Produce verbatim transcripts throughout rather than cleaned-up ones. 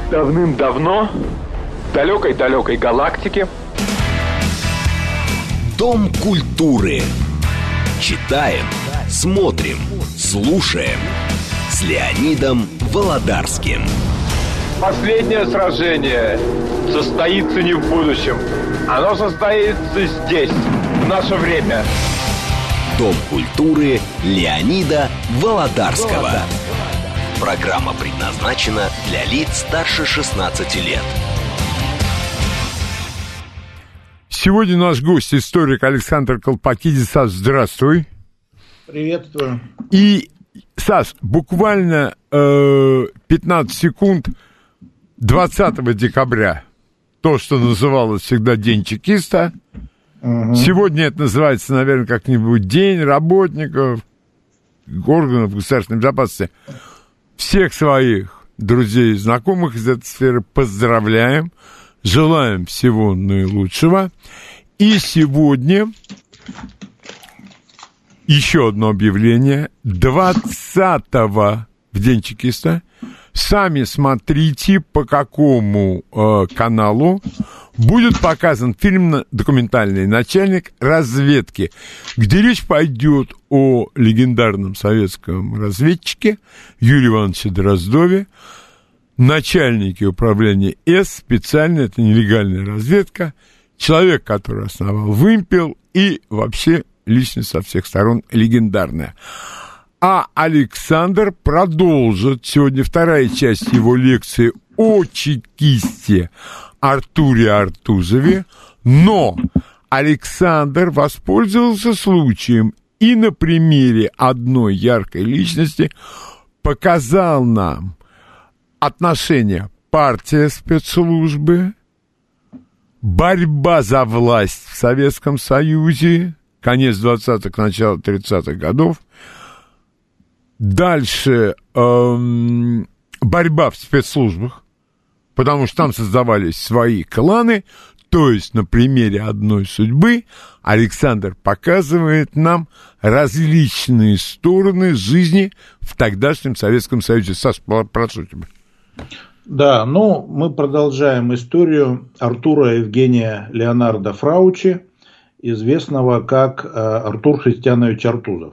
Давным-давно в далекой-далекой галактике Дом культуры. Читаем, смотрим, слушаем с Леонидом Володарским. последнее сражение состоится не в будущем. Оно состоится здесь, в наше время. Дом культуры Леонида Володарского. Программа предназначена для лиц старше шестнадцати лет. Сегодня наш гость, историк Александр Колпакидис. Саш, здравствуй. Приветствую. И, Саш, буквально э, пятнадцать секунд двадцатого декабря, то, что называлось всегда День чекиста. Угу. Сегодня это называется, наверное, как-нибудь День работников органов государственной безопасности. Всех своих друзей и знакомых из этой сферы поздравляем, желаем всего наилучшего. И сегодня еще одно объявление. двадцатого в День чекиста. Сами смотрите, по какому э, каналу будет показан фильм документальный «Начальник разведки», где речь пойдет о легендарном советском разведчике Юрии Ивановиче Дроздове, начальнике управления С, специально, это нелегальная разведка, человек, который основал «Вымпел», и вообще личность со всех сторон легендарная. А Александр продолжит сегодня вторая часть его лекции о чекисте Артуре Артузове, но Александр воспользовался случаем и на примере одной яркой личности показал нам отношения партия спецслужбы, борьба за власть в Советском Союзе, конец двадцатых, начало тридцатых годов, дальше эм, борьба в спецслужбах, потому что там создавались свои кланы, то есть на примере одной судьбы Александр показывает нам различные стороны жизни в тогдашнем Советском Союзе. Саш, прошу тебя. Да, ну, мы продолжаем историю Артура Евгения Леонардо Фраучи, известного как Артур Христианович Артузов.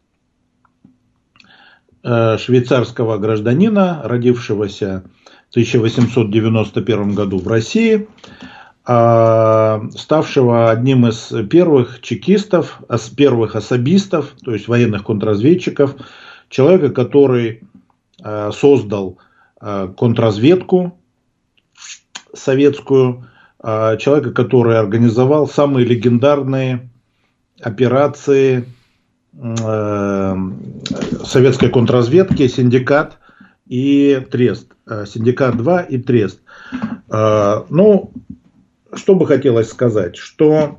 Швейцарского гражданина, родившегося в тысяча восемьсот девяносто первом году в России, ставшего одним из первых чекистов, первых особистов, то есть военных контрразведчиков, человека, который создал контрразведку советскую, человека, который организовал самые легендарные операции советской контрразведки, «Синдикат» и «Трест». «Синдикат-два» и «Трест». Ну, что бы хотелось сказать, что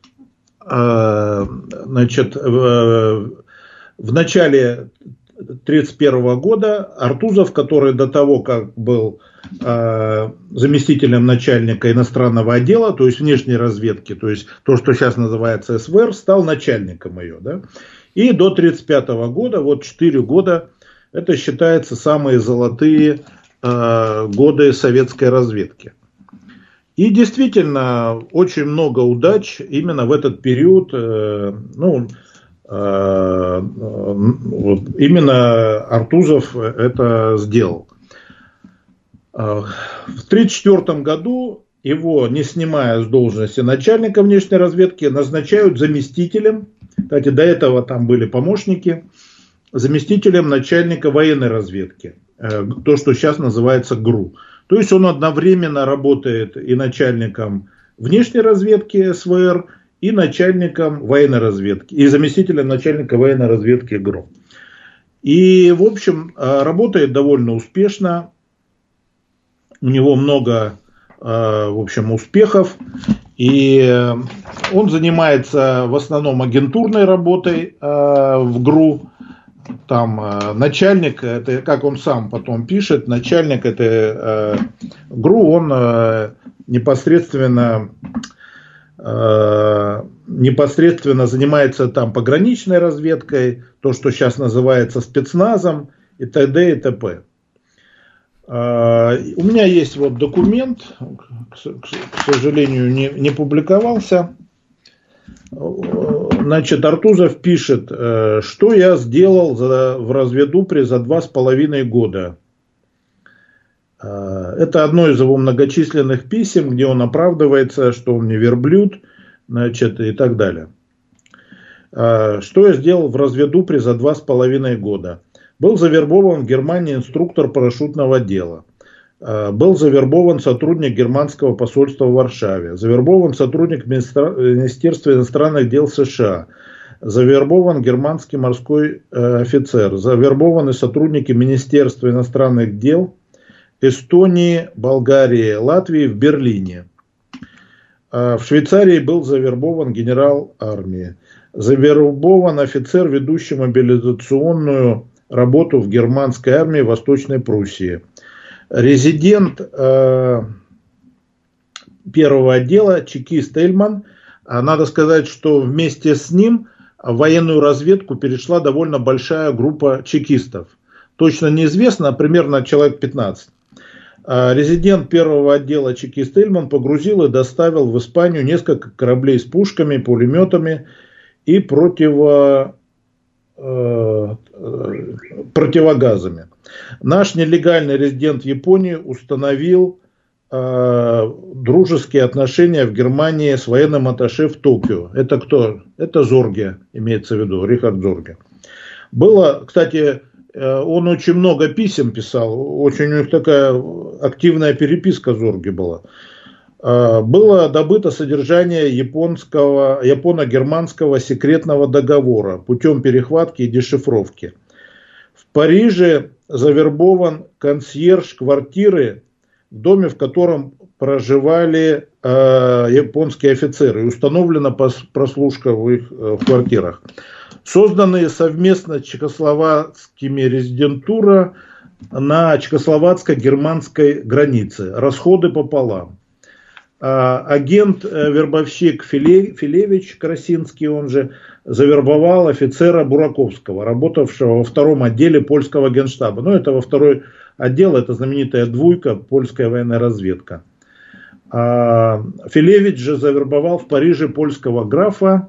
значит, в начале тридцать первого года Артузов, который до того, как был заместителем начальника иностранного отдела, то есть внешней разведки, то есть то, что сейчас называется эс вэ эр, стал начальником ее, да? И до тридцать пятого года, вот четыре года, это считается самые золотые э, годы советской разведки. И действительно, очень много удач именно в этот период, э, ну, э, вот, именно Артузов это сделал. Э, в тридцать четвёртом году его, не снимая с должности начальника внешней разведки, назначают заместителем. Кстати, до этого там были помощники, заместителем начальника военной разведки, то, что сейчас называется ГРУ. То есть он одновременно работает и начальником внешней разведки эс вэ эр, и начальником военной разведки, и заместителем начальника военной разведки ГРУ. И, в общем, работает довольно успешно, у него много, в общем, успехов. И он занимается в основном агентурной работой э, в ГРУ. Там э, начальник, это как он сам потом пишет, начальник это э, ГРУ, он э, непосредственно, э, непосредственно занимается там пограничной разведкой, то, что сейчас называется спецназом и т.д. и т.п. У меня есть вот документ, к сожалению, не, не публиковался. Значит, Артузов пишет, что я сделал за, в разведупре за два с половиной года. Это одно из его многочисленных писем, где он оправдывается, что он не верблюд, значит, и так далее. Что я сделал в разведупре за два с половиной года? Был завербован в Германии инструктор парашютного дела. Был завербован сотрудник германского посольства в Варшаве. Завербован сотрудник Министерства иностранных дел США. Завербован германский морской офицер. Завербованы сотрудники Министерства иностранных дел Эстонии, Болгарии, Латвии в Берлине. В Швейцарии был завербован генерал армии. Завербован офицер, ведущий мобилизационную работу в германской армии в Восточной Пруссии. Резидент э, первого отдела, чекист Эльман. Надо сказать, что вместе с ним в военную разведку перешла довольно большая группа чекистов. Точно неизвестно, примерно человек пятнадцать. Резидент первого отдела чекист Эльман погрузил и доставил в Испанию несколько кораблей с пушками, пулеметами и противо, э, противогазами. Наш нелегальный резидент в Японии установил э, дружеские отношения в Германии с военным атташе в Токио. Это кто? Это Зорге, имеется в виду, Рихард Зорге. Было, кстати, он очень много писем писал, очень у них такая активная переписка Зорге была. Было добыто содержание японского, японо-германского секретного договора путем перехватки и дешифровки. В Париже завербован консьерж квартиры, в доме, в котором проживали э, японские офицеры, и установлена прослушка в их э, в квартирах. Созданные совместно чехословацкими резидентура на чехословацко-германской границе. Расходы пополам. Агент-вербовщик Филевич Красинский, он же, завербовал офицера Бураковского, работавшего во втором отделе польского генштаба. Ну, это во второй отдел, это знаменитая двойка, польская военная разведка. Филевич же завербовал в Париже польского графа,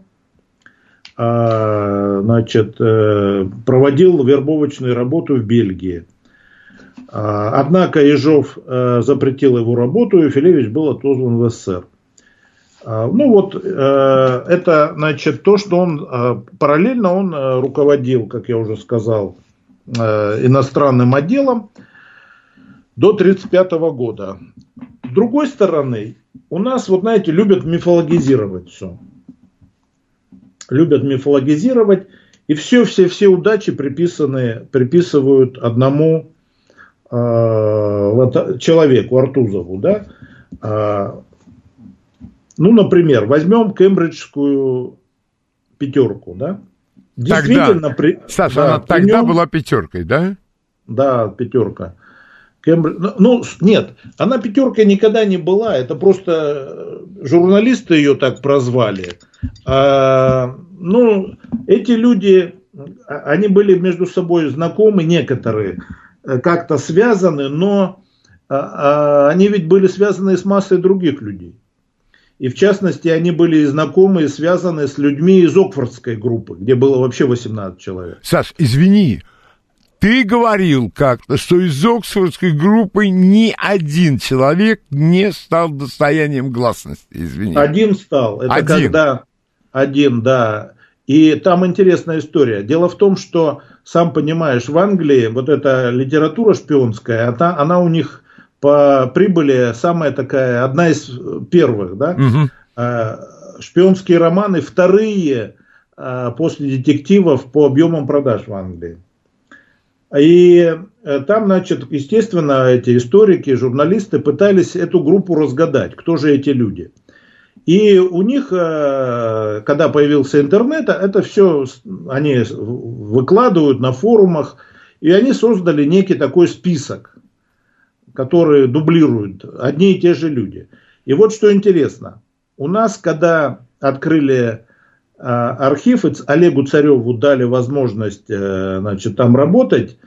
значит, проводил вербовочную работу в Бельгии. Однако Ежов запретил его работу, и Филевич был отозван в СССР. Ну вот, это, значит, то, что он, параллельно он руководил, как я уже сказал, иностранным отделом до тридцать пятого года. С другой стороны, у нас, вот знаете, любят мифологизировать все. Любят мифологизировать, и все, все, все удачи приписаны, приписывают одному э, человеку, Артузову, да. Э, ну, например, возьмем кембриджскую пятерку, да. Действительно, тогда, при, Саша, да, она тогда нем, была пятеркой, да? Да, пятерка. Кембридж, ну, нет, она пятеркой никогда не была, это просто журналисты ее так прозвали. А, ну, эти люди, они были между собой знакомы, некоторые, как-то связаны, но а, они ведь были связаны с массой других людей. И в частности, они были знакомы и связаны с людьми из Окфордской группы, где было вообще восемнадцать человек. Саш, извини. Ты говорил как-то, что из Оксфордской группы ни один человек не стал достоянием гласности, извини. Один стал. Это один. Когда... Один, да. И там интересная история. Дело в том, что, сам понимаешь, в Англии вот эта литература шпионская, она, она у них по прибыли самая такая, одна из первых, да. Угу. Шпионские романы вторые после детективов по объемам продаж в Англии. И там, значит, естественно, эти историки, журналисты пытались эту группу разгадать, кто же эти люди. И у них, когда появился интернет, это все они выкладывают на форумах, и они создали некий такой список, который дублируют одни и те же люди. И вот что интересно, у нас, когда открыли архив, Олегу Цареву дали возможность, значит, там работать,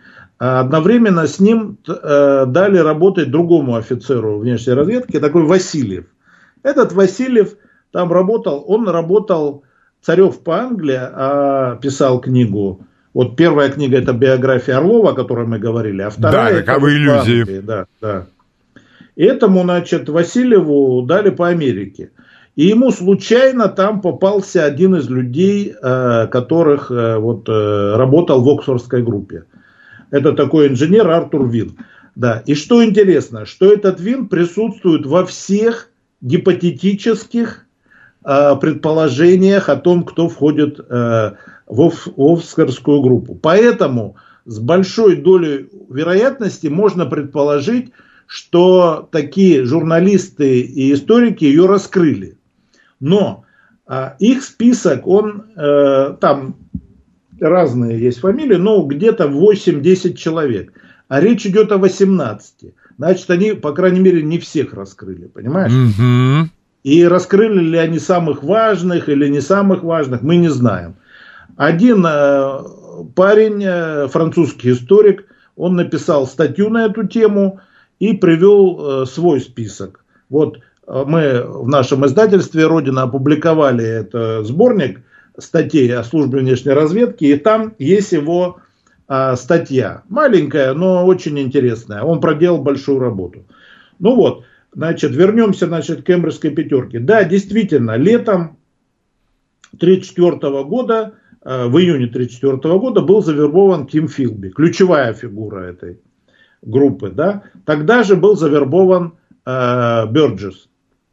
одновременно с ним э, дали работать другому офицеру внешней разведки, такой Васильев. Этот Васильев там работал, он работал, Царев по Англии, а писал книгу. Вот первая книга — это биография Орлова, о которой мы говорили, а вторая — да, роковые иллюзии. Да, да. И этому, значит, Васильеву дали по Америке. И ему случайно там попался один из людей, которых вот, работал в Оксфордской группе. Это такой инженер Артур Вин. Да. И что интересно, что этот Вин присутствует во всех гипотетических предположениях о том, кто входит в Оксфордскую группу. Поэтому с большой долей вероятности можно предположить, что такие журналисты и историки ее раскрыли. Но а, их список, он э, там разные есть фамилии, но где-то восемь-десять человек. А речь идет о восемнадцати. Значит, они, по крайней мере, не всех раскрыли, понимаешь? Mm-hmm. И раскрыли ли они самых важных или не самых важных, мы не знаем. Один э, парень, э, французский историк, он написал статью на эту тему и привел э, свой список. Вот э, мы в нашем издательстве «Родина» опубликовали этот сборник статей о службе внешней разведки, и там есть его э, статья. Маленькая, но очень интересная. Он проделал большую работу. Ну вот, значит, вернемся, значит, к кембриджской пятерке. Да, действительно, летом тысяча девятьсот тридцать четвёртого года, э, в июне тысяча девятьсот тридцать четвёртого года был завербован Ким Филби, ключевая фигура этой группы, да. Тогда же был завербован э, Бёрджес.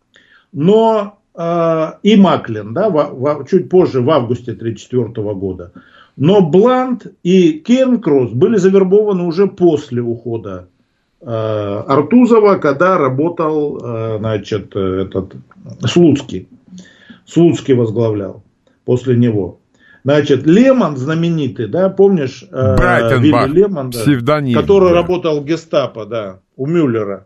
Но э, и Маклин, да, в, в, чуть позже, в августе тысяча девятьсот тридцать четвёртого года. Но Блант и Кейнкросс были завербованы уже после ухода э, Артузова, когда работал э, значит, этот Слуцкий. Слуцкий возглавлял после него. Значит, Лемон знаменитый, да, помнишь, э, Вилли Лемон, да, псевдоним, который да. работал в гестапо, да, у Мюллера,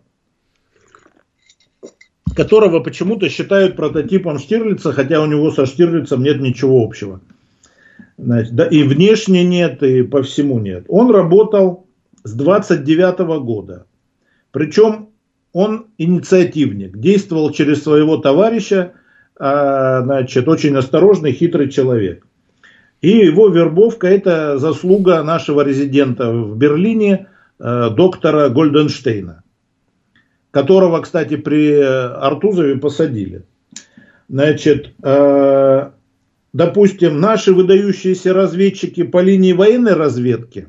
которого почему-то считают прототипом Штирлица, хотя у него со Штирлицем нет ничего общего. Значит, да, и внешне нет, и по всему нет. Он работал с двадцать девятого года. Причем он инициативник, действовал через своего товарища, э, значит, очень осторожный, хитрый человек. И его вербовка — это заслуга нашего резидента в Берлине, э, доктора Гольденштейна, которого, кстати, при Артузове посадили. Значит, э, допустим, наши выдающиеся разведчики по линии военной разведки,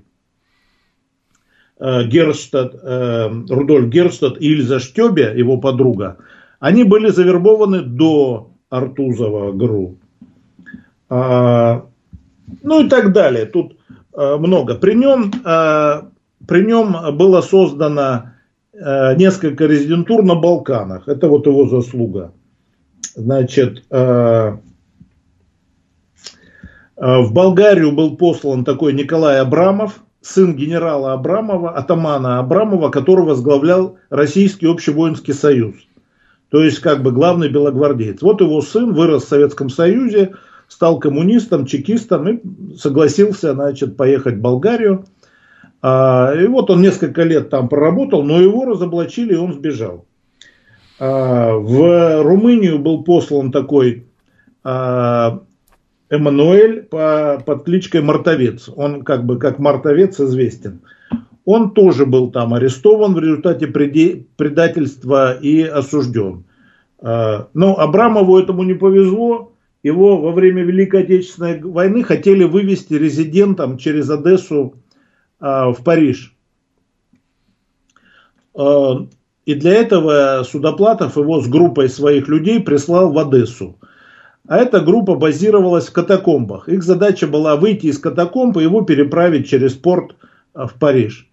э, Герштадт, э, Рудольф Герштадт и Ильза Штёбе, его подруга, они были завербованы до Артузова ГРУ. Э, Ну и так далее. Тут э, много. При нем, э, при нем было создано э, несколько резидентур на Балканах. Это вот его заслуга. Значит, э, э, в Болгарию был послан такой Николай Абрамов, сын генерала Абрамова, атамана Абрамова, который возглавлял Российский общевоинский союз. То есть, как бы главный белогвардеец. Вот его сын вырос в Советском Союзе, стал коммунистом, чекистом и согласился, значит, поехать в Болгарию. И вот он несколько лет там проработал, но его разоблачили, и он сбежал. В Румынию был послан такой Эммануэль по, под кличкой Мартовец. Он как бы как Мартовец известен. Он тоже был там арестован в результате предательства и осужден. Но Абрамову этому не повезло. Его во время Великой Отечественной войны хотели вывести резидентом через Одессу э, в Париж. Э, и для этого Судоплатов его с группой своих людей прислал в Одессу. А эта группа базировалась в катакомбах. Их задача была выйти из катакомб и его переправить через порт э, в Париж.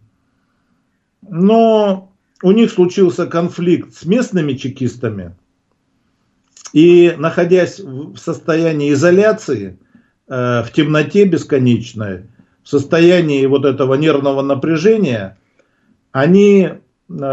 Но у них случился конфликт с местными чекистами. И, находясь в состоянии изоляции, э, в темноте бесконечной, в состоянии вот этого нервного напряжения, они э,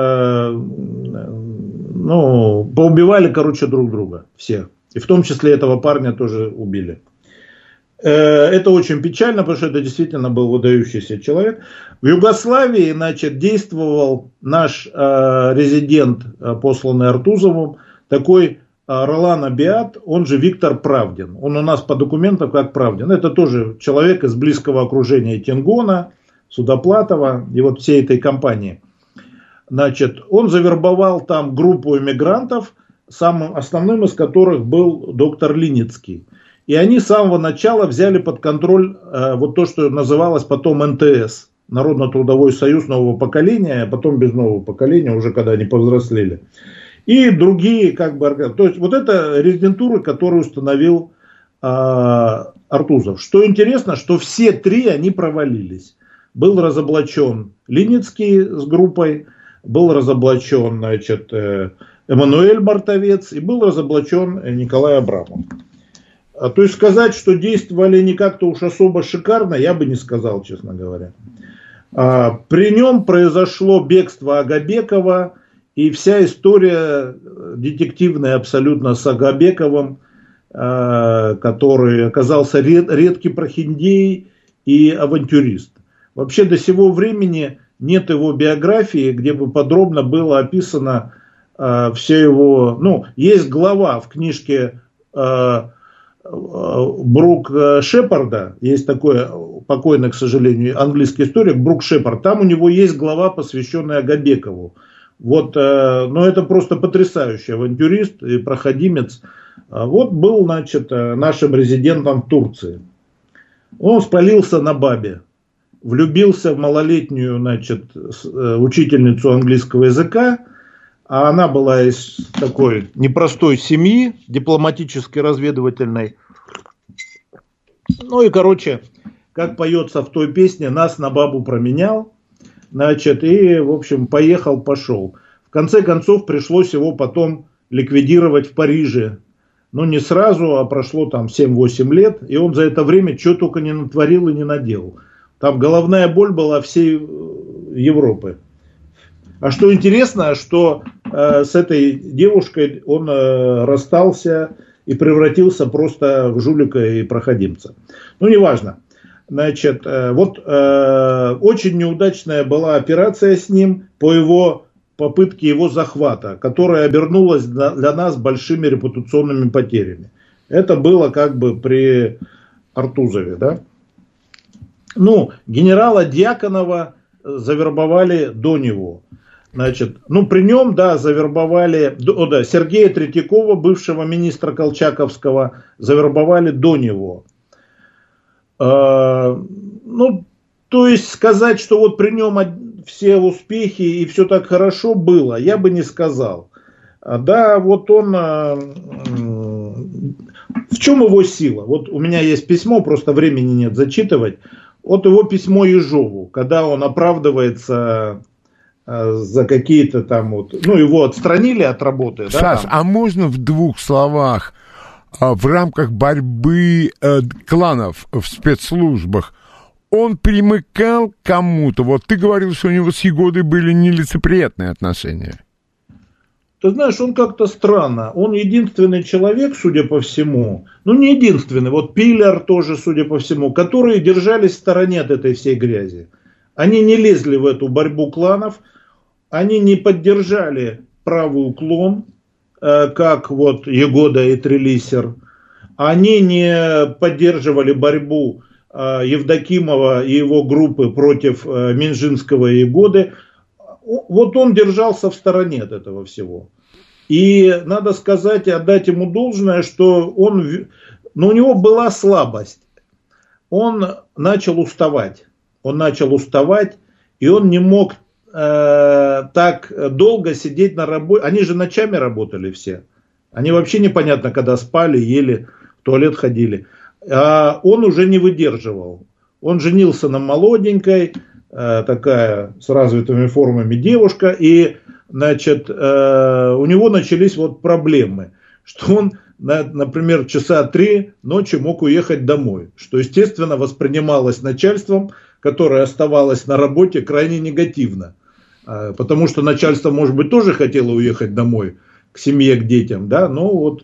ну, поубивали, короче, друг друга, всех. И в том числе этого парня тоже убили. Это очень печально, потому что это действительно был выдающийся человек. В Югославии, значит, действовал наш э, резидент, э, посланный Артузовым, такой э, Ролан Абиат, он же Виктор Правдин. Он у нас по документам как Правдин. Это тоже человек из близкого окружения Тенгона, Судоплатова и вот всей этой компании. Значит, он завербовал там группу эмигрантов, самым основным из которых был доктор Линицкий. И они с самого начала взяли под контроль э, вот то, что называлось потом эн тэ эс, Народно-трудовой союз нового поколения, а потом без нового поколения, уже когда они повзрослели. И другие как бы... То есть вот это резидентуры, которые установил э, Артузов. Что интересно, что все три они провалились. Был разоблачен Линицкий с группой, был разоблачен, значит, э, Эммануэль Мартовец и был разоблачен Николай Абрамов. То есть сказать, что действовали не как-то уж особо шикарно, я бы не сказал, честно говоря. При нем произошло бегство Агабекова, и вся история детективная абсолютно с Агабековым, который оказался редкий прохиндей и авантюрист. Вообще до сего времени нет его биографии, где бы подробно было описано все его... Ну, есть глава в книжке... Брук Шепарда, есть такой покойный, к сожалению, английский историк Брук Шепард, там у него есть глава, посвященная Агабекову. Вот, но это просто потрясающий авантюрист и проходимец. Вот был, значит, нашим резидентом в Турции. Он спалился на бабе, влюбился в малолетнюю, значит, учительницу английского языка. А она была из такой непростой семьи, дипломатической, разведывательной. Ну и, короче, как поется в той песне, нас на бабу променял. Значит, и, в общем, поехал, пошел. В конце концов, пришлось его потом ликвидировать в Париже. Ну, не сразу, а прошло там семь-восемь лет. И он за это время что только не натворил и не наделал. Там головная боль была всей Европы. А что интересно, что э, с этой девушкой он э, расстался и превратился просто в жулика и проходимца. Ну, неважно. Значит, э, вот э, очень неудачная была операция с ним по его попытке его захвата, которая обернулась для, для нас большими репутационными потерями. Это было как бы при Артузове, да? Ну, генерала Дьяконова завербовали до него. Значит, ну при нем, да, завербовали, о, да, Сергея Третьякова, бывшего министра Колчаковского, завербовали до него. Э, ну, то есть сказать, что вот при нем все успехи и все так хорошо было, я бы не сказал. Да, вот он, э, в чем его сила? Вот у меня есть письмо, просто времени нет зачитывать. Вот его письмо Ежову, когда он оправдывается за какие-то там вот, ну, его отстранили от работы. Саш, да, а можно в двух словах в рамках борьбы э, кланов в спецслужбах он примыкал к кому-то? Вот ты говорил, что у него с Егодой были нелицеприятные отношения. Ты знаешь, он как-то странно. Он единственный человек, судя по всему, ну не единственный, вот Пиллер тоже, судя по всему, которые держались в стороне от этой всей грязи. Они не лезли в эту борьбу кланов, они не поддержали правый уклон, э, как вот Егода и Трелисер. Они не поддерживали борьбу э, Евдокимова и его группы против э, Минжинского и Егоды. Вот он держался в стороне от этого всего. И надо сказать и отдать ему должное, что он, ну, у него была слабость. Он начал уставать. Он начал уставать, и он не мог э, так долго сидеть на работе. Они же ночами работали все. Они вообще непонятно, когда спали, ели, в туалет ходили. А он уже не выдерживал. Он женился на молоденькой, э, такая с развитыми формами девушка, и, значит, э, у него начались вот проблемы, что он, например, часа три ночи мог уехать домой, что, естественно, воспринималось начальством, которое оставалось на работе, крайне негативно. Потому что начальство, может быть, тоже хотело уехать домой, к семье, к детям, да, но вот.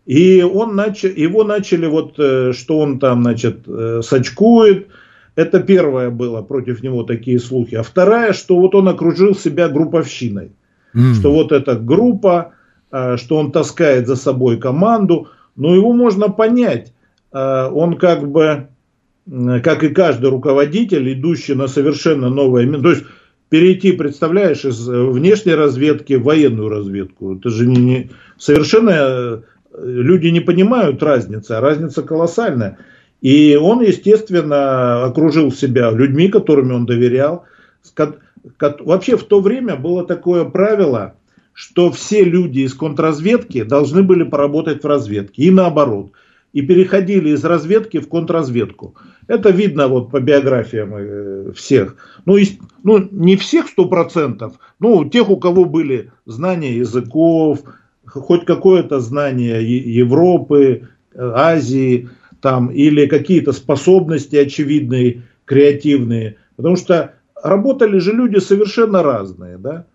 И он начал, его начали, вот, что он там, значит, сачкует. Это первое было против него такие слухи. А вторая, что вот он окружил себя групповщиной. Mm. Что вот эта группа, что он таскает за собой команду. Но его можно понять. Он как бы, как и каждый руководитель, идущий на совершенно новое... То есть перейти, представляешь, из внешней разведки в военную разведку. Это же не, не, совершенно... Люди не понимают разницы, а разница колоссальная. И он, естественно, окружил себя людьми, которыми он доверял. Вообще в то время было такое правило, что все люди из контрразведки должны были поработать в разведке. И наоборот. И переходили из разведки в контрразведку. Это видно вот по биографиям всех. Ну, и, ну не всех сто процентов, но тех, у кого были знания языков, хоть какое-то знание Европы, Азии, там, или какие-то способности очевидные, креативные. Потому что работали же люди совершенно разные, да.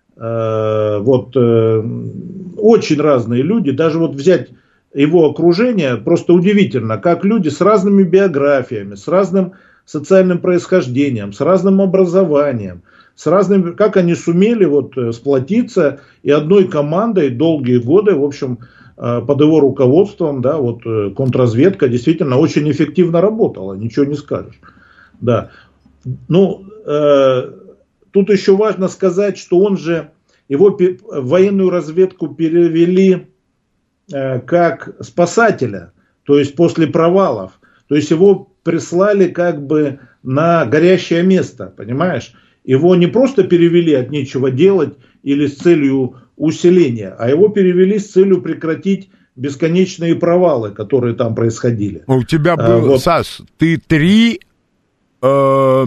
Э, вот э, очень разные люди. Даже вот взять его окружение, просто удивительно, как люди с разными биографиями, с разным социальным происхождением, с разным образованием, с разными, как они сумели вот сплотиться и одной командой долгие годы, в общем, под его руководством, да, вот контрразведка действительно очень эффективно работала, ничего не скажешь. Да. Ну, э, тут еще важно сказать, что он же, его в военную разведку перевели э, как спасателя, то есть после провалов, то есть его прислали как бы на горящее место, понимаешь? Его не просто перевели от нечего делать или с целью усиления, а его перевели с целью прекратить бесконечные провалы, которые там происходили. У тебя был, а, вот. Саш, ты три э,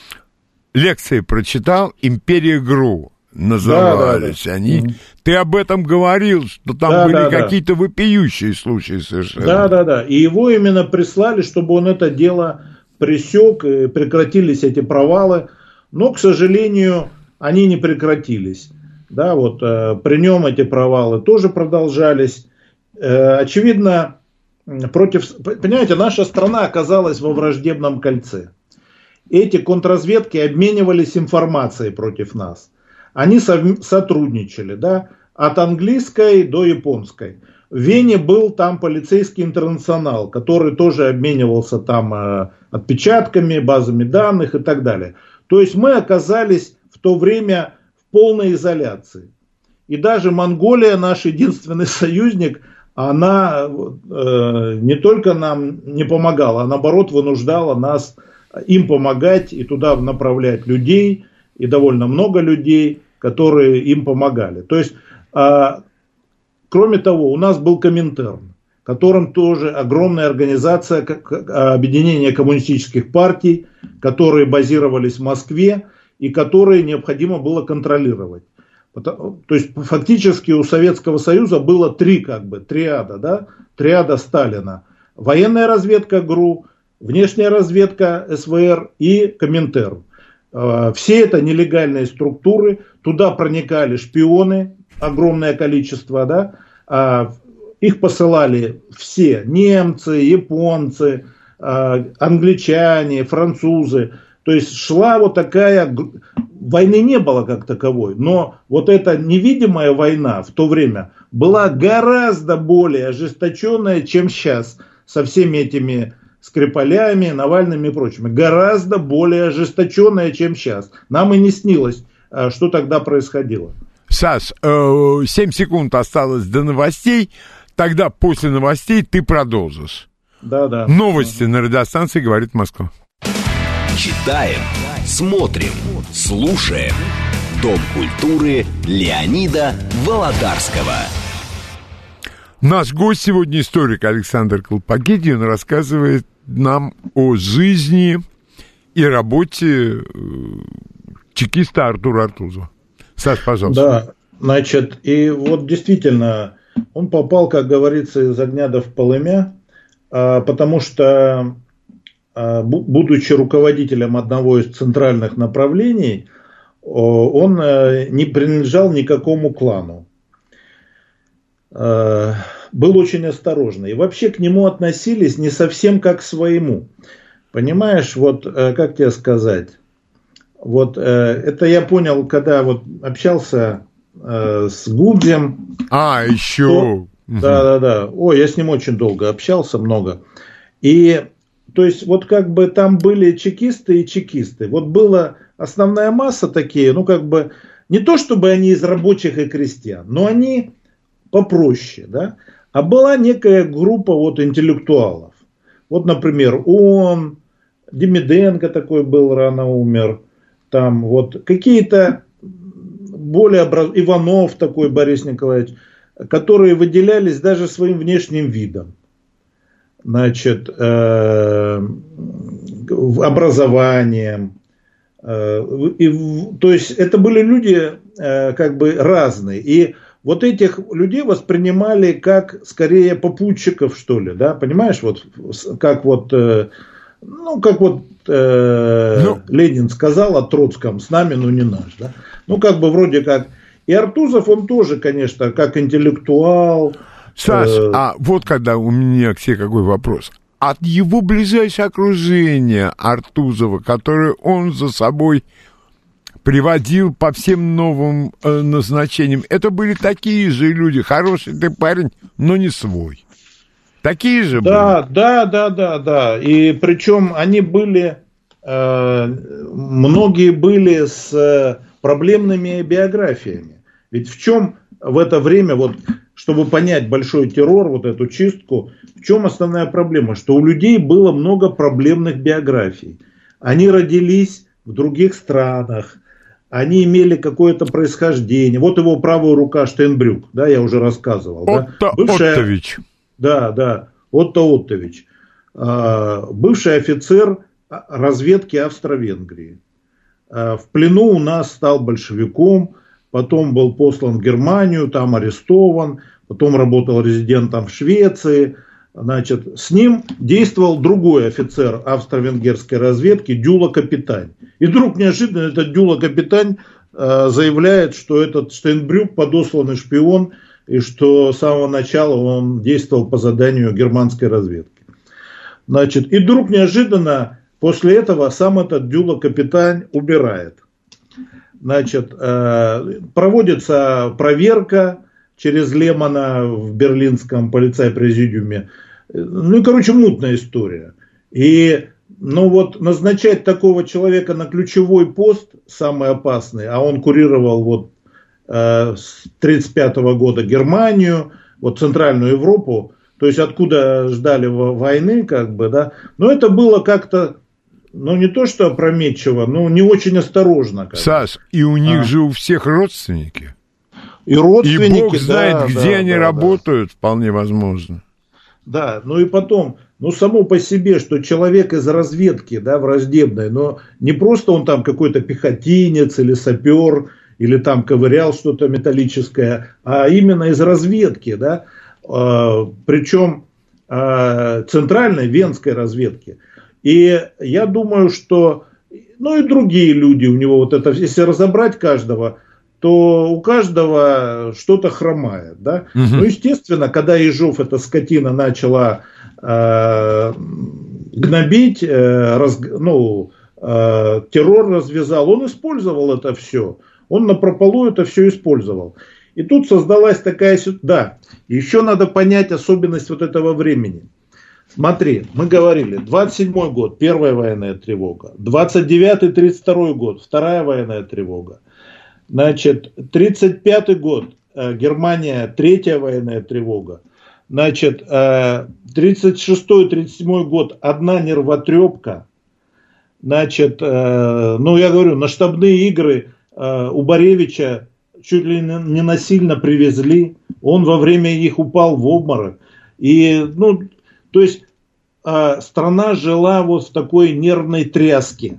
лекции прочитал, «Империя ГРУ» назывались, да, да, да. они. Mm-hmm. Ты об этом говорил, что там да, были да, какие-то да. вопиющие случаи совершенно. Да, да, да. И его именно прислали, чтобы он это дело пресек, и прекратились эти провалы. Но, к сожалению, они не прекратились. Да, вот, э, при нем эти провалы тоже продолжались. Э, очевидно, против... Понимаете, наша страна оказалась во враждебном кольце. Эти контрразведки обменивались информацией против нас. Они сов... сотрудничали, да, от английской до японской. В Вене был там полицейский интернационал, который тоже обменивался там э, отпечатками, базами данных и так далее. То есть мы оказались в то время в полной изоляции. И даже Монголия, наш единственный союзник, она э, не только нам не помогала, а наоборот вынуждала нас им помогать и туда направлять людей, и довольно много людей, которые им помогали. То есть, э, кроме того, у нас был Коминтерн, которым тоже огромная организация, как объединение коммунистических партий, которые базировались в Москве и которые необходимо было контролировать. То есть фактически у Советского Союза было три как бы триада, да, триада Сталина: военная разведка ГРУ, внешняя разведка СВР и Коминтерн. Все это нелегальные структуры, туда проникали шпионы, огромное количество, да. Их посылали все: немцы, японцы, англичане, французы. То есть шла вот такая... Войны не было как таковой, но вот эта невидимая война в то время была гораздо более ожесточенная, чем сейчас, со всеми этими Скрипалями, Навальными и прочими. Гораздо более ожесточенная, чем сейчас. Нам и не снилось, что тогда происходило. Саш, семь секунд осталось до новостей. Тогда после новостей ты продолжишь. Да, да. Новости на радиостанции «Говорит Москва». Читаем, смотрим, слушаем. Дом культуры Леонида Володарского. Наш гость сегодня историк Александр Колпакидзе. Он рассказывает нам о жизни и работе чекиста Артура Артузова. Саш, пожалуйста. Да, значит, и вот действительно он попал, как говорится, из огня до в полымя, потому что, будучи руководителем одного из центральных направлений, он не принадлежал никакому клану. был очень осторожный. И вообще к нему относились не совсем как к своему. Понимаешь, вот как тебе сказать, вот это я понял, когда вот общался с Гудзем. А, еще. То, да, да, да. Ой, я с ним очень долго общался, много. И, то есть, вот как бы там были чекисты и чекисты. Вот была основная масса такие, ну, как бы, не то чтобы они из рабочих и крестьян, но они попроще, да. А была некая группа вот интеллектуалов. Вот, например, он, Демиденко такой был, рано умер. Там вот какие-то более образ... Иванов такой, Борис Николаевич, которые выделялись даже своим внешним видом. Значит, э... образованием. Э... И, то есть это были люди э, как бы разные. И вот этих людей воспринимали как скорее попутчиков, что ли, да, понимаешь, вот как вот... Э... Ну, как вот э, ну, Ленин сказал о Троцком, с нами, но не наш. Да? Ну, как бы вроде как. И Артузов, он тоже, конечно, как интеллектуал. Саш, э, а вот когда у меня к тебе какой вопрос. От его ближайшего окружения Артузова, которое он за собой приводил по всем новым э, назначениям, это были такие же люди. Хороший ты парень, но не свой. Такие же да, были? Да, да, да, да. И причем они были, э, многие были с э, проблемными биографиями. Ведь в чем в это время, вот, чтобы понять большой террор, вот эту чистку, в чем основная проблема? Что у людей было много проблемных биографий. Они родились в других странах, они имели какое-то происхождение. Вот его правая рука Штейнбрюк, да, я уже рассказывал. Отто да? Бывшая... Оттович. Да, да, Отто Оттович, бывший офицер разведки Австро-Венгрии. В плену у нас стал большевиком, потом был послан в Германию, там арестован, потом работал резидентом в Швеции. Значит, с ним действовал другой офицер австро-венгерской разведки, Дюла Капитань. И вдруг неожиданно этот Дюла Капитань заявляет, что этот Штейнбрюк подосланный шпион, и что с самого начала он действовал по заданию германской разведки. Значит, и вдруг неожиданно после этого сам этот Дюла Капитань умирает. Значит, проводится проверка через Лемона в берлинском полицай-президиуме. Ну и, короче, мутная история. И, ну вот, назначать такого человека на ключевой пост, самый опасный, а он курировал вот с тридцать пятого года Германию, вот Центральную Европу, то есть откуда ждали войны, как бы, да, но это было как-то, ну не то что опрометчиво, но не очень осторожно. Саш, и у них а. же у всех родственники. И родственники, и Бог знает, да, где да, они да, работают, да. Вполне возможно. Да, ну и потом, ну само по себе, что человек из разведки, да, враждебной, но не просто он там какой-то пехотинец или сапер, или там ковырял что-то металлическое, а именно из разведки, да, э, причем э, центральной венской разведки. И я думаю, что, ну и другие люди у него, вот это, если разобрать каждого, то у каждого что-то хромает, да. Угу. Ну, естественно, когда Ежов, эта скотина, начала э, гнобить, э, раз, ну, э, террор развязал, он использовал это все. Он напропалую это все использовал. И тут создалась такая ситуация. Да, еще надо понять особенность вот этого времени. Смотри, мы говорили, двадцать седьмой год, первая военная тревога. двадцать девятый тридцать второй год, вторая военная тревога. Значит, тридцать пятый год, Германия, третья военная тревога. Значит, тридцать шестой тридцать седьмой год, одна нервотрепка. Значит, ну я говорю, на штабные игры у Боревича чуть ли не насильно привезли, он во время их упал в обморок. И, ну, то есть страна жила вот в такой нервной тряске.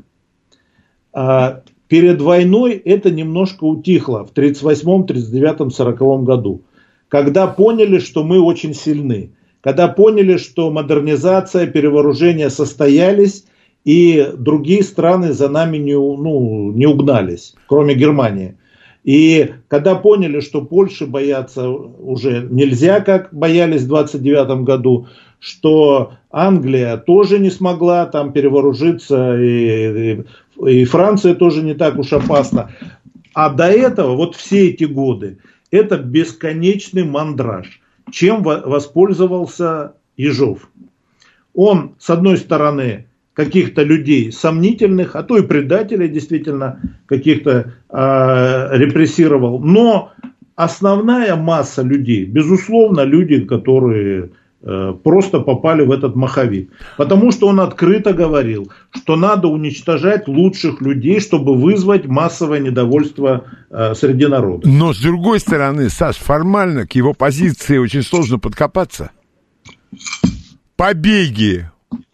Перед войной это немножко утихло в тридцать восьмом, тридцать девятом, сороковом году, когда поняли, что мы очень сильны, когда поняли, что модернизация, перевооружение состоялись, и другие страны за нами не, ну, не угнались, кроме Германии. И когда поняли, что Польши бояться уже нельзя, как боялись в двадцать девятом году, что Англия тоже не смогла там перевооружиться, и, и, и Франция тоже не так уж опасна. А до этого, вот все эти годы, это бесконечный мандраж. Чем воспользовался Ежов? Он, с одной стороны, каких-то людей сомнительных, а то и предателей действительно каких-то э, репрессировал. Но основная масса людей, безусловно, люди, которые э, просто попали в этот маховик. Потому что он открыто говорил, что надо уничтожать лучших людей, чтобы вызвать массовое недовольство э, среди народа. Но с другой стороны, Саш, формально к его позиции очень сложно подкопаться. Побеги,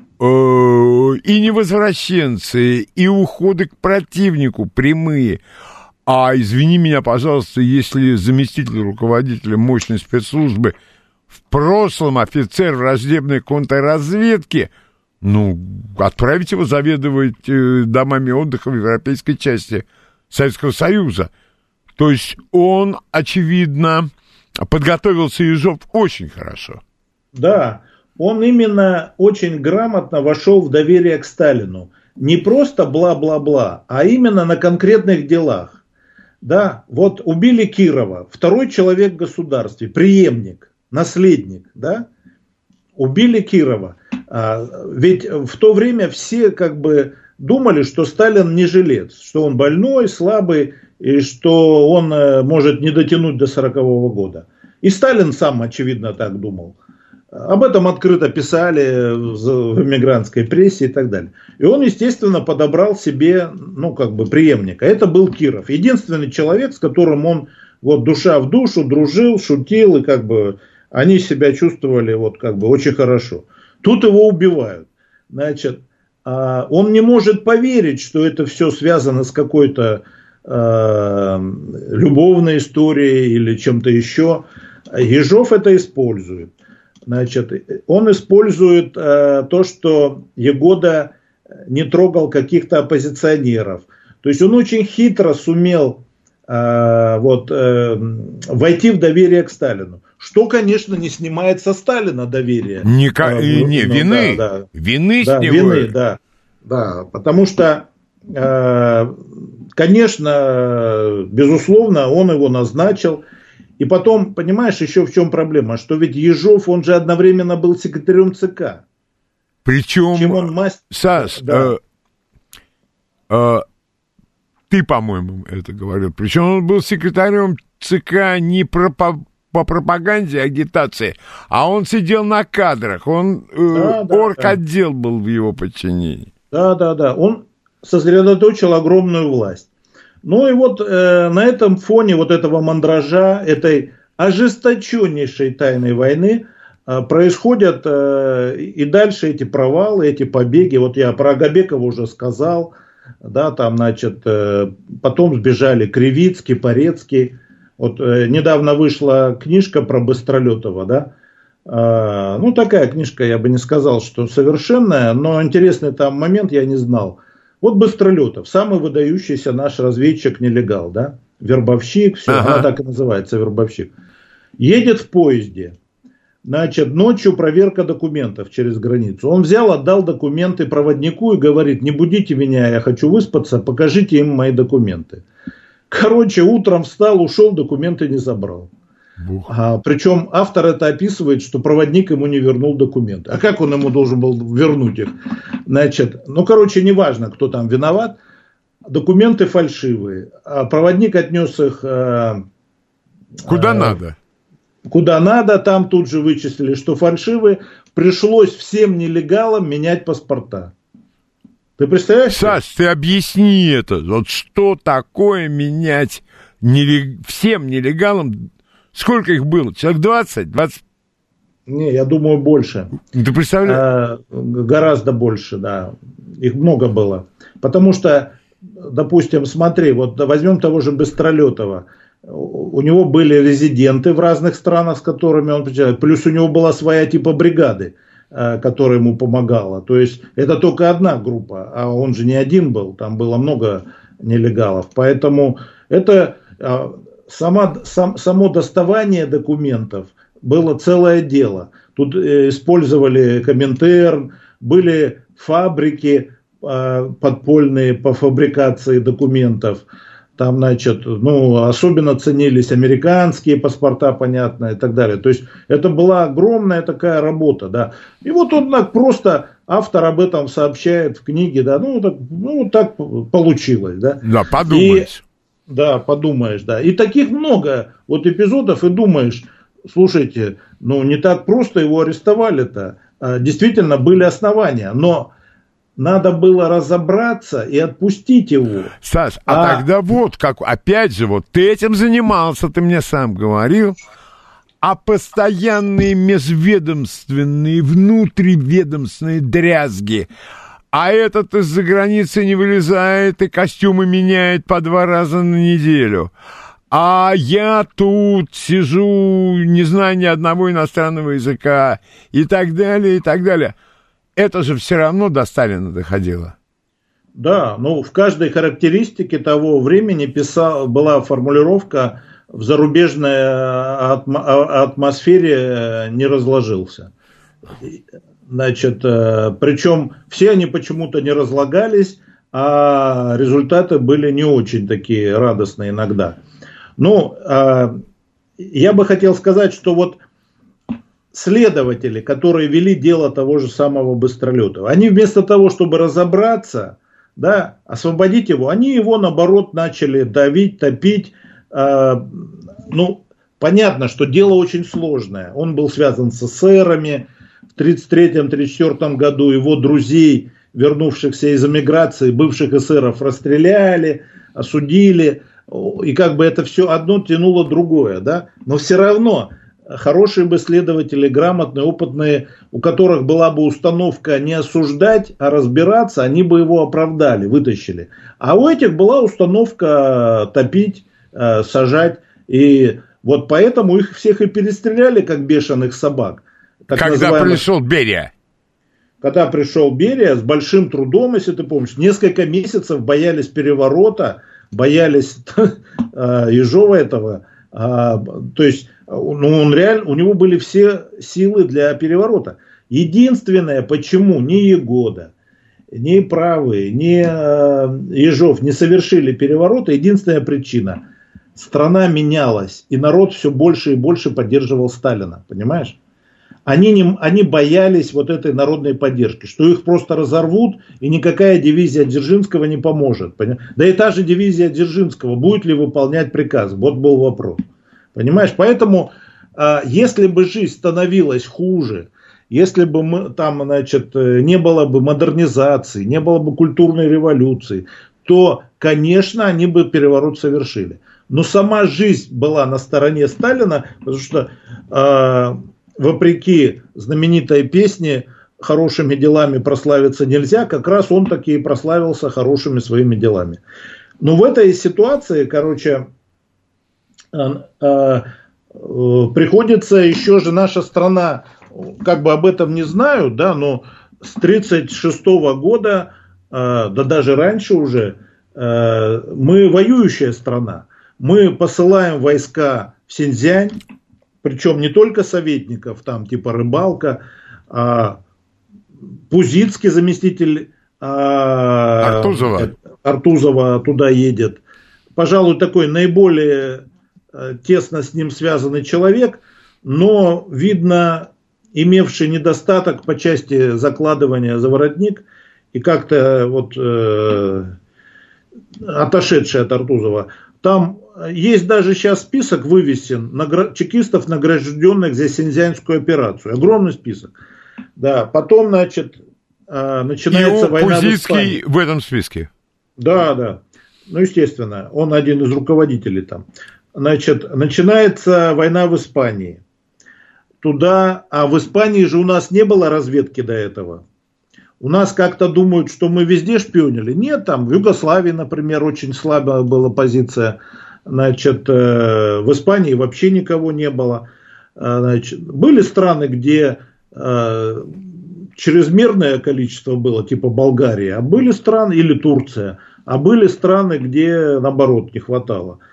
и невозвращенцы, и уходы к противнику прямые. А извини меня, пожалуйста, если заместитель руководителя мощной спецслужбы в прошлом офицер враждебной контрразведки, ну, отправить его заведовать домами отдыха в европейской части Советского Союза. То есть он, очевидно, подготовился, Ежов, очень хорошо. Да. Он именно очень грамотно вошел в доверие к Сталину. Не просто бла-бла-бла, а именно на конкретных делах. Да, вот убили Кирова, второй человек в государстве, преемник, наследник, да, убили Кирова. А, ведь в то время все как бы думали, что Сталин не жилец, что он больной, слабый, и что он может не дотянуть до сорокового года. И Сталин сам, очевидно, так думал. Об этом открыто писали в эмигрантской прессе и так далее. И он, естественно, подобрал себе, ну, как бы, преемника. Это был Киров. Единственный человек, с которым он вот душа в душу дружил, шутил, и как бы они себя чувствовали вот как бы очень хорошо. Тут его убивают. Значит, он не может поверить, что это все связано с какой-то э, любовной историей или чем-то еще. Ежов это использует. Значит, он использует э, то, что Ягода не трогал каких-то оппозиционеров. То есть он очень хитро сумел э, вот, э, войти в доверие к Сталину. Что, конечно, не снимает со Сталина доверие. Ника... э, не, ну, вины. Да, да. Вины да, с него. Вины, да, да. Потому что, э, конечно, безусловно, он его назначил. И потом, понимаешь, еще в чем проблема, что ведь Ежов, он же одновременно был секретарем ЦК. Причем, Чем он мастер... Саш, да. э, э, ты, по-моему, это говорил. Причем он был секретарем ЦК не про, по, по пропаганде, агитации, а он сидел на кадрах, он э, да, да, орготдел да. был в его подчинении. Да, да, да, он сосредоточил огромную власть. Ну и вот э, на этом фоне вот этого мандража, этой ожесточеннейшей тайной войны э, происходят э, и дальше эти провалы, эти побеги. Вот я про Агабекова уже сказал, да, там, значит, э, потом сбежали Кривицкий, Порецкий. Вот э, недавно вышла книжка про Быстролетова, да. Э, ну, такая книжка, я бы не сказал, что совершенная, но интересный там момент я не знал. Вот Быстролетов, самый выдающийся наш разведчик-нелегал, да, вербовщик, все, ага. Она так и называется, вербовщик. Едет в поезде, значит, ночью проверка документов через границу. Он взял, отдал документы проводнику и говорит: не будите меня, я хочу выспаться, покажите им мои документы. Короче, утром встал, ушел, документы не забрал. А, причем автор это описывает, что проводник ему не вернул документы. А как он ему должен был вернуть их? Значит, ну, короче, неважно, кто там виноват. Документы фальшивые. А проводник отнес их... А, куда а, надо. Куда надо. Там тут же вычислили, что фальшивые. Пришлось всем нелегалам менять паспорта. Ты представляешь? Саш, ты объясни это. Вот что такое менять нелег... всем нелегалам? Сколько их было? Человек двадцать? двадцать? Не, я думаю, больше. Ты представляешь? А, гораздо больше, да. Их много было. Потому что, допустим, смотри, вот возьмем того же Быстролетова. У него были резиденты в разных странах, с которыми он приезжал. Плюс у него была своя типа бригады, которая ему помогала. То есть это только одна группа, а он же не один был. Там было много нелегалов. Поэтому это... сама, сам, само доставание документов было целое дело. Тут использовали Коминтерн, были фабрики подпольные по фабрикации документов. Там, значит, ну, особенно ценились американские паспорта, понятно, и так далее. То есть, это была огромная такая работа, да. И вот он так просто, автор об этом сообщает в книге, да, ну, так, ну, так получилось, да. Да, подумаешь. И, да, подумаешь, да. И таких много вот эпизодов, и думаешь, слушайте, ну, не так просто его арестовали-то. Действительно, были основания, но... Надо было разобраться и отпустить его. Саш, а, а тогда вот как, опять же, вот ты этим занимался, ты мне сам говорил, а постоянные межведомственные, внутриведомственные дрязги, а этот из-за границы не вылезает и костюмы меняет по два раза на неделю. А я тут сижу, не знаю ни одного иностранного языка, и так далее, и так далее. Это же все равно до Сталина доходило. Да, ну в каждой характеристике того времени писал, была формулировка «в зарубежной атмосфере не разложился». Значит, причем все они почему-то не разлагались, а результаты были не очень такие радостные иногда. Ну, я бы хотел сказать, что вот следователи, которые вели дело того же самого Быстролетова, они вместо того, чтобы разобраться, да, освободить его, они его, наоборот, начали давить, топить. Э, ну, понятно, что дело очень сложное. Он был связан с эсерами. В тридцать третьем — тридцать четвёртом году его друзей, вернувшихся из эмиграции, бывших эсеров, расстреляли, осудили. И как бы это все одно тянуло другое, да. Но все равно... Хорошие бы следователи, грамотные, опытные, у которых была бы установка не осуждать, а разбираться, они бы его оправдали, вытащили. А у этих была установка топить, сажать. И вот поэтому их всех и перестреляли, как бешеных собак. Когда называемых... пришел Берия. Когда пришел Берия, с большим трудом, если ты помнишь, несколько месяцев боялись переворота, боялись Ежова этого. То есть... Ну, он реально, у него были все силы для переворота. Единственное, почему ни Егода, ни Правые, ни э, Ежов не совершили переворота, единственная причина. Страна менялась, и народ все больше и больше поддерживал Сталина, понимаешь? Они, не, они боялись вот этой народной поддержки, что их просто разорвут, и никакая дивизия Дзержинского не поможет. Поним? Да и та же дивизия Дзержинского, будет ли выполнять приказ? Вот был вопрос. Понимаешь, поэтому, э, если бы жизнь становилась хуже, если бы мы, там, значит, не было бы модернизации, не было бы культурной революции, то, конечно, они бы переворот совершили. Но сама жизнь была на стороне Сталина, потому что, э, вопреки знаменитой песне «Хорошими делами прославиться нельзя», как раз он таки и прославился хорошими своими делами. Но в этой ситуации, короче... приходится еще же наша страна, как бы об этом не знают, да, но с тридцать шестого года, да даже раньше уже, мы воюющая страна. Мы посылаем войска в Синьцзянь, причем не только советников, там типа Рыбалка, а Пузицкий, заместитель Артузова. Артузова туда едет. Пожалуй, такой наиболее тесно с ним связанный человек, но, видно, имевший недостаток по части закладывания за воротник и как-то вот э, отошедший от Артузова. Там есть даже сейчас список вывесен награ- чекистов, награжденных за Синьцзянскую операцию. Огромный список. Да, потом, значит, э, начинается и война Пузицкий в Испании. В этом списке. Да, да. Ну, естественно, он один из руководителей там. Значит, начинается война в Испании. Туда, а в Испании же у нас не было разведки до этого. У нас как-то думают, что мы везде шпионили. Нет, там в Югославии, например, очень слабая была позиция. Значит, в Испании вообще никого не было. Значит, были страны, где чрезмерное количество было, типа Болгария, а были страны, или Турция, а были страны, где наоборот не хватало.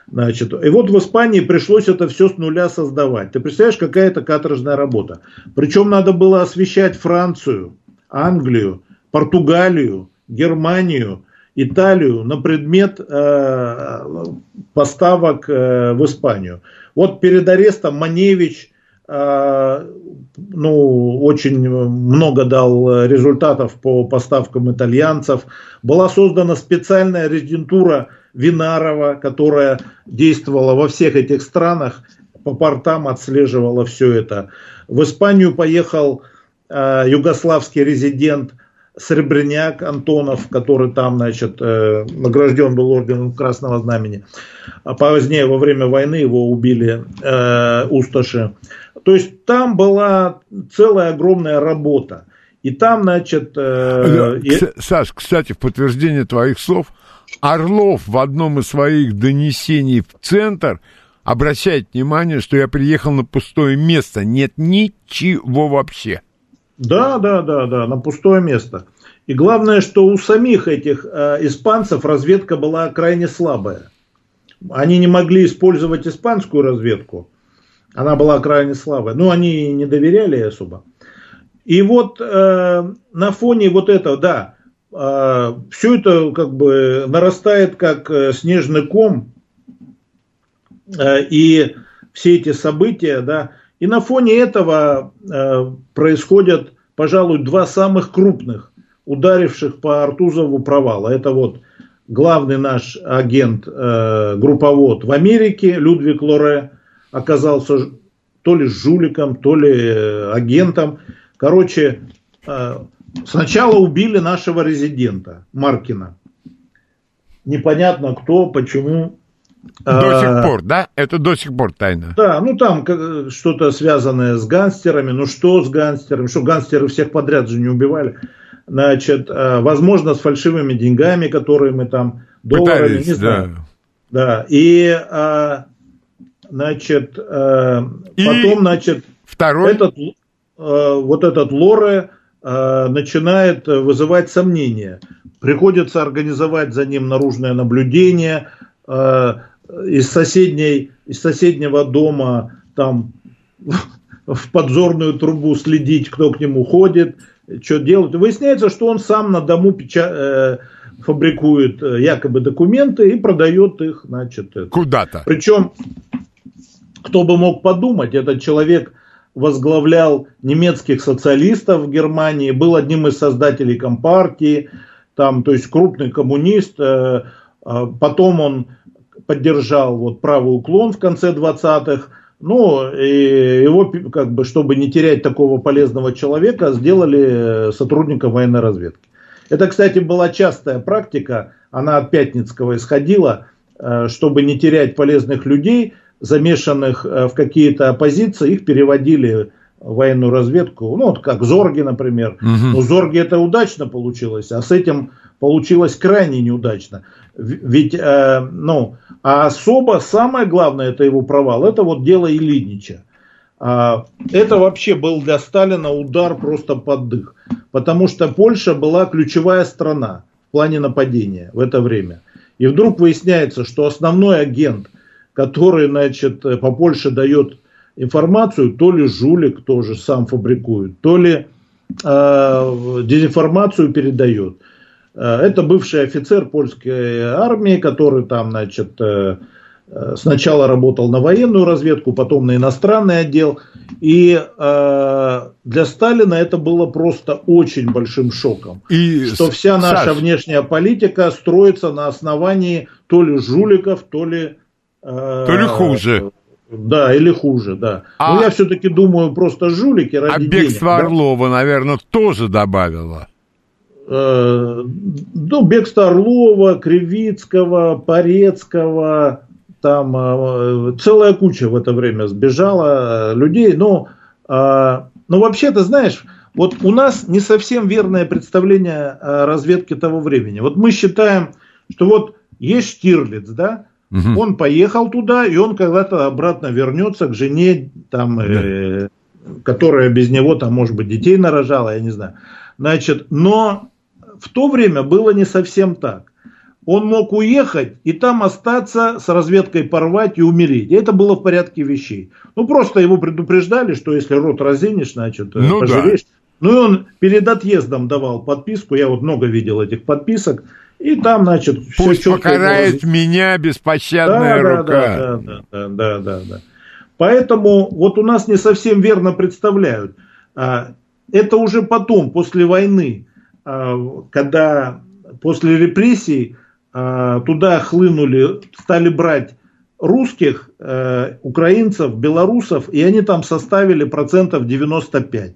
Значит, и вот в Испании пришлось это все с нуля создавать. Ты представляешь, какая это каторжная работа. Причем надо было освещать Францию, Англию, Португалию, Германию, Италию на предмет э, поставок э, в Испанию. Вот перед арестом Маневич э, ну, очень много дал результатов по поставкам итальянцев. Была создана специальная резидентура Винарова, которая действовала во всех этих странах, по портам отслеживала все это. В Испанию поехал э, югославский резидент Сребреняк Антонов, который там, значит, э, награжден был орденом Красного Знамени. А позднее, во время войны, его убили э, усташи. То есть там была целая огромная работа. И там, значит... Э, и... Саш, кстати, в подтверждение твоих слов, Орлов в одном из своих донесений в Центр обращает внимание, что я приехал на пустое место. Нет ничего вообще. Да, да, да, да, на пустое место. И главное, что у самих этих э, испанцев разведка была крайне слабая. Они не могли использовать испанскую разведку. Она была крайне слабая. Ну, они не доверяли особо. И вот э, на фоне вот этого, да, э, все это как бы нарастает как э, снежный ком. Э, и все эти события, да. И на фоне этого э, происходят, пожалуй, два самых крупных, ударивших по Артузову провала. Это вот главный наш агент, э, групповод в Америке, Людвиг Лоре, оказался то ли жуликом, то ли агентом. Короче, э, сначала убили нашего резидента Маркина. Непонятно кто, почему. До сих пор, да? Это до сих пор тайна. Да, ну там что-то связанное с гангстерами. Ну что с гангстерами? Что гангстеры всех подряд же не убивали. Значит, возможно, с фальшивыми деньгами, которые мы там... Долларами, пытались, не знаю. Да. Да, и, значит, и потом, значит... Второй... Этот, вот этот Лоре начинает вызывать сомнения. Приходится организовать за ним наружное наблюдение... Из, соседней, из соседнего дома там в подзорную трубу следить, кто к нему ходит, что делать. Выясняется, что он сам на дому печа- э, фабрикует якобы документы и продает их, значит, куда-то. Причем, кто бы мог подумать, этот человек возглавлял немецких социалистов в Германии, был одним из создателей Компартии, там, то есть крупный коммунист. Э, потом он поддержал вот правый уклон в конце двадцатых. Ну, и его, как бы, чтобы не терять такого полезного человека, сделали сотрудником военной разведки. Это, кстати, была частая практика, она от Пятницкого исходила, чтобы не терять полезных людей, замешанных в какие-то оппозиции, их переводили в военную разведку. Ну, вот как Зорги, например. Угу. Но Зорги это удачно получилось, а с этим получилось крайне неудачно. Ведь, э, ну, а особо самое главное, это его провал, это вот дело Ильинича. А, это вообще был для Сталина удар просто под дых. Потому что Польша была ключевая страна в плане нападения в это время. И вдруг выясняется, что основной агент, который, значит, по Польше дает информацию, то ли жулик тоже сам фабрикует, то ли э, дезинформацию передает. Это бывший офицер польской армии, который там, значит, сначала работал на военную разведку, потом на иностранный отдел. И э, для Сталина это было просто очень большим шоком. И, что вся наша Саш... внешняя политика строится на основании то ли жуликов, то ли... Э, то ли хуже. Да, или хуже, да. А... Но я все-таки думаю, просто жулики ради а денег. А бегство да? Орлова, наверное, тоже добавило. Ну, бегство Орлова, Кривицкого, Порецкого, там целая куча в это время сбежала людей. Но, но вообще, ты знаешь, вот у нас не совсем верное представление о разведке того времени. Вот мы считаем, что вот есть Штирлиц, да, угу. Он поехал туда, и он когда-то обратно вернется к жене, там, да. э, которая без него, там, может быть, детей нарожала, я не знаю. Значит, но в то время было не совсем так. он мог уехать и там остаться, с разведкой порвать и умереть. И это было в порядке вещей. Ну, просто его предупреждали, что если рот разинешь, значит, ну, пожалеешь. Да. Ну, и он перед отъездом давал подписку. Я вот много видел этих подписок. И там, значит, пусть все покарает было... меня беспощадная да, рука. Да, да, да, да, да, да. Поэтому вот у нас не совсем верно представляют. Это уже потом, после войны, когда после репрессий туда хлынули, стали брать русских, украинцев, белорусов, и они там составили процентов девяносто пять.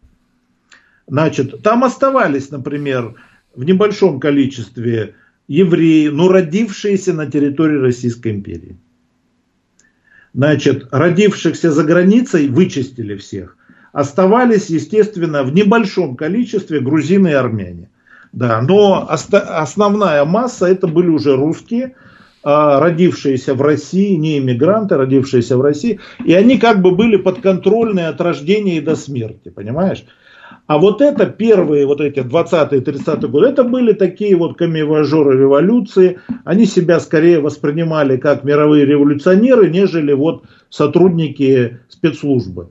Значит, там оставались, например, в небольшом количестве евреи, но родившиеся на территории Российской империи. Значит, родившихся за границей вычистили всех. Оставались, естественно, в небольшом количестве грузины и армяне. Да, но основная масса это были уже русские, родившиеся в России, не иммигранты, родившиеся в России. И они как бы были подконтрольны от рождения и до смерти, понимаешь? А вот это первые, вот эти двадцатые, тридцатые годы, это были такие вот камевоажеры революции. Они себя скорее воспринимали как мировые революционеры, нежели вот сотрудники спецслужбы.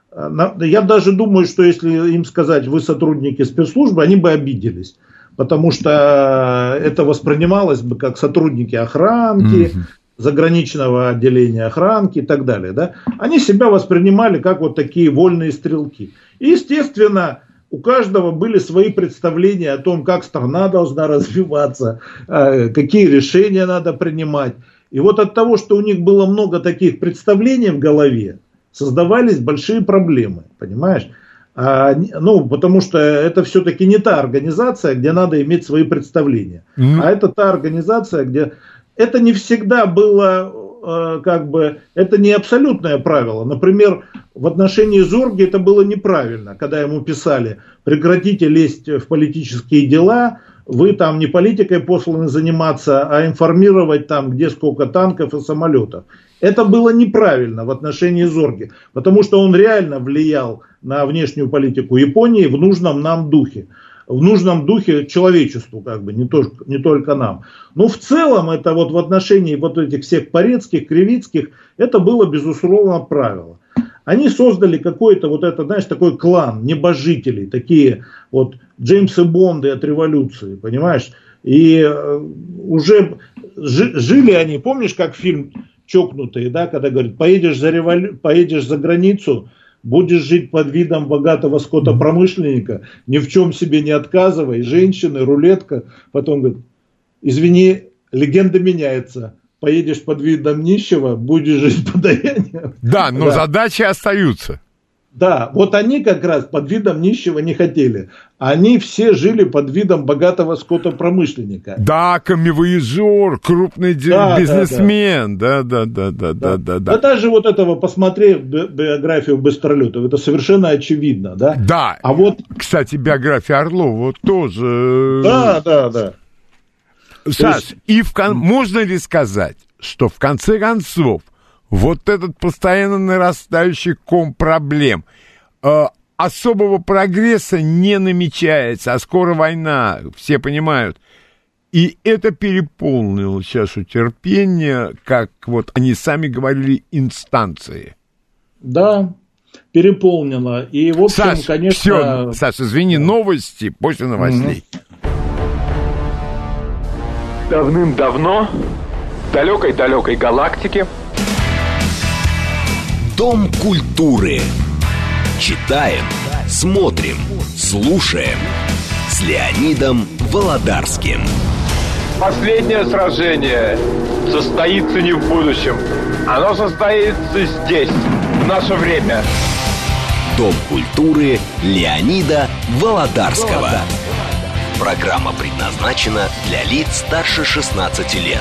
Я даже думаю, что если им сказать, вы сотрудники спецслужбы, они бы обиделись. Потому что это воспринималось бы как сотрудники охранки, mm-hmm. заграничного отделения охранки и так далее. Да? Они себя воспринимали как вот такие вольные стрелки. И, естественно, у каждого были свои представления о том, как страна должна развиваться, какие решения надо принимать. И вот от того, что у них было много таких представлений в голове, создавались большие проблемы, понимаешь? А, ну, потому что это все-таки не та организация, где надо иметь свои представления. Mm-hmm. А это та организация, где... Это не всегда было, э, как бы... Это не абсолютное правило. Например, в отношении Зорги это было неправильно, когда ему писали, прекратите лезть в политические дела, вы там не политикой посланы заниматься, а информировать там, где сколько танков и самолетов. Это было неправильно в отношении Зорги, потому что он реально влиял на внешнюю политику Японии в нужном нам духе. В нужном духе человечеству, как бы, не только, не только нам. Но в целом, это вот в отношении вот этих всех Порецких, Кривицких, это было, безусловно, правило. Они создали какой-то вот это, знаешь, такой клан небожителей, такие вот Джеймсы Бонды от революции, понимаешь? И уже жили они, помнишь, как фильм «Чокнутые», да, когда говорят, поедешь за, револю... поедешь за границу, будешь жить под видом богатого скотопромышленника, ни в чем себе не отказывай, женщины, рулетка. Потом говорит, извини, легенда меняется. Поедешь под видом нищего, будешь жить подаянием. Да, но да. Задачи остаются. Да, вот они как раз под видом нищего не хотели. Они все жили под видом богатого скотопромышленника. Да, камевояжер, крупный да, бизнесмен. Да, да, да, да, да, да, да. Да даже вот этого, посмотрев биографию Быстролетов, это совершенно очевидно, да? Да, а вот... кстати, биография Орлова тоже... Да, да, да. Саш, есть... и в кон... можно ли сказать, что в конце концов вот этот постоянно нарастающий ком проблем, э, особого прогресса не намечается, а скоро война, все понимают. И это переполнило чашу терпения, как вот они сами говорили, инстанции. Да, переполнило. И в общем, Саш, конечно... Все, Саш, извини, новости после новостей. Давным-давно, в далекой-далекой галактике, Дом культуры. Читаем, смотрим, слушаем с Леонидом Володарским. Последнее сражение состоится не в будущем. Оно состоится здесь, в наше время. Дом культуры Леонида Володарского. Программа предназначена для лиц старше шестнадцати лет.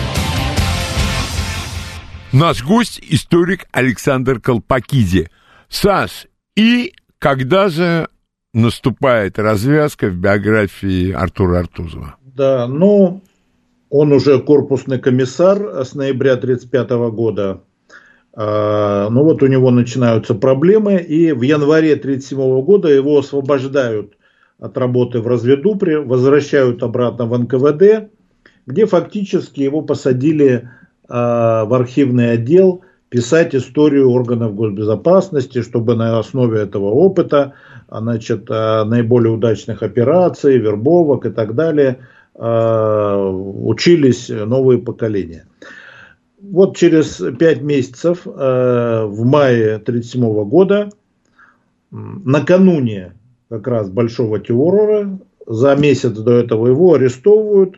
Наш гость – историк Александр Колпакидзе. Саш, и когда же наступает развязка в биографии Артура Артузова? Да, ну, он уже корпусный комиссар с ноября тридцать пятого года. А, ну, вот у него начинаются проблемы, и в январе тридцать седьмого года его освобождают от работы в разведупре, возвращают обратно в эн ка вэ дэ, где фактически его посадили в архивный отдел писать историю органов госбезопасности, чтобы на основе этого опыта, значит, наиболее удачных операций, вербовок и так далее, учились новые поколения. Вот через пять месяцев, в мае тысяча девятьсот тридцать седьмого года, накануне как раз Большого террора, за месяц до этого его арестовывают,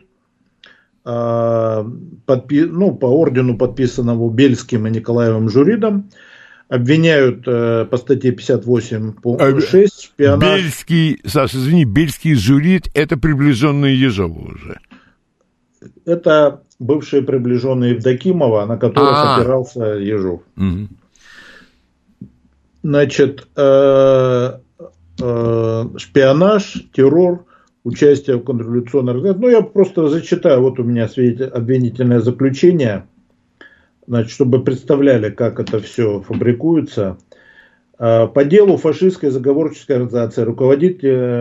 подпи, ну, по ордену, подписанному Бельским и Николаевым Журидом, обвиняют э, по статье пятьдесят восемь пункт шесть шпионаж. Бельский, Саша, извини, Бельский Журид — это приближенные Ежова уже. Это бывшие приближенные Евдокимова, на которых А-а-а. опирался Ежов. Угу. Значит, э, э, шпионаж, террор, участие в контрреволюционной организации. Ну, я просто зачитаю, вот у меня обвинительное заключение, значит, чтобы представляли, как это все фабрикуется. По делу фашистской заговорческой организации руководит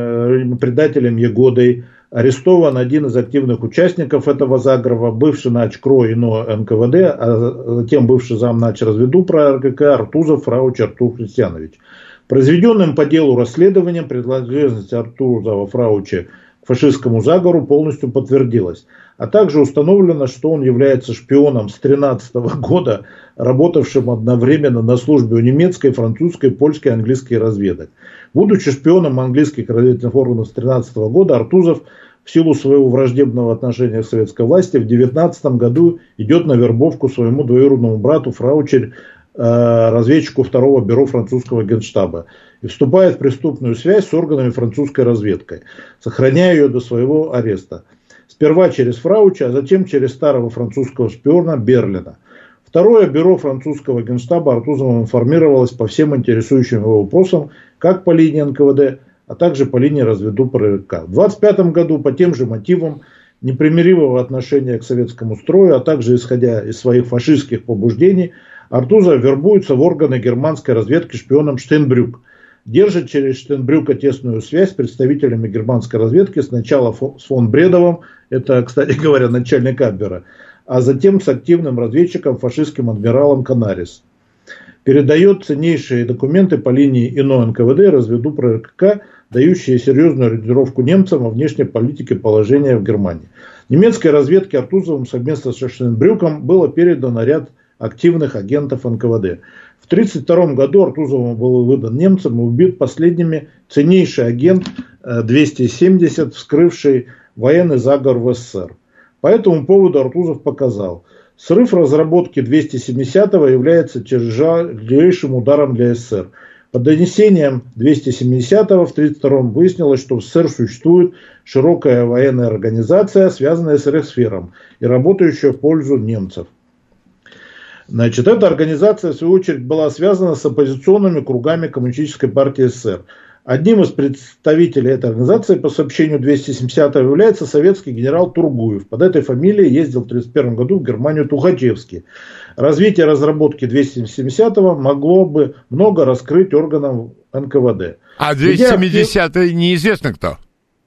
предателем Егодой, арестован один из активных участников этого заговора, бывший начкро ИНО эн ка вэ дэ, а затем бывший замначразведупра эр гэ ка Артузов Фрауч Артур Христианович. Произведенным по делу расследованием принадлежность Артузова Фрауча к фашистскому заговору полностью подтвердилась. А также установлено, что он является шпионом с две тысячи тринадцатого года, работавшим одновременно на службе у немецкой, французской, польской и английской разведок. Будучи шпионом английских разведывательных органов с две тысячи тринадцатого года, Артузов в силу своего враждебного отношения к советской власти в две тысячи девятнадцатом году идет на вербовку своему двоюродному брату Фраучу, разведчику второго бюро французского генштаба, и вступает в преступную связь с органами французской разведки, сохраняя ее до своего ареста. Сперва через Фрауча, а затем через старого французского шпиона Берлина. Второе бюро французского генштаба Артузовым информировалось по всем интересующим его вопросам, как по линии эн ка вэ дэ, а также по линии разведупра эр ка. В двадцать пятом году по тем же мотивам непримиримого отношения к советскому строю, а также исходя из своих фашистских побуждений, Артузов вербуется в органы германской разведки шпионом Штейнбрюк. Держит через Штейнбрюка тесную связь с представителями германской разведки, сначала с фон Бредовым, это, кстати говоря, начальник Абвера, а затем с активным разведчиком, фашистским адмиралом Канарис. Передает ценнейшие документы по линии ИНО эн ка вэ дэ и разведупра эр ка, дающие серьезную ориентировку немцам во внешней политике положения в Германии. Немецкой разведке Артузовым совместно с Штейнбрюком было передано ряд активных агентов эн ка вэ дэ. В тысяча девятьсот тридцать втором году Артузовым был выдан немцам и убит последними ценнейший агент двести семьдесят, вскрывший военный заговор в эс эс эс эр. По этому поводу Артузов показал: срыв разработки двести семидесятого является тяжелейшим ударом для эс эс эс эр. По донесениям двести семидесятого в тысяча девятьсот тридцать втором выяснилось, что в эс эс эс эр существует широкая военная организация, связанная с Рейхсфером и работающая в пользу немцев. Значит, эта организация, в свою очередь, была связана с оппозиционными кругами Коммунистической партии эс эс эс эр. Одним из представителей этой организации, по сообщению двести семидесятого, является советский генерал Тургуев. Под этой фамилией ездил в тысяча девятьсот тридцать первом году в Германию Тухачевский. Развитие разработки двести семидесятого могло бы много раскрыть органам эн ка вэ дэ. А двести семидесятый неизвестно кто?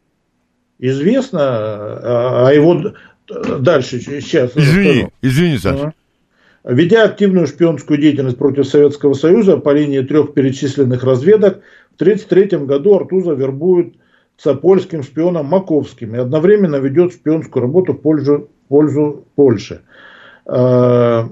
Известно, а его дальше сейчас Извини, расскажу. извини, Саша. Ведя активную шпионскую деятельность против Советского Союза по линии трех перечисленных разведок, в тысяча девятьсот тридцать третьем году Артузов вербуется польским шпионом Маковским и одновременно ведет шпионскую работу в пользу, в пользу Польши. Ну,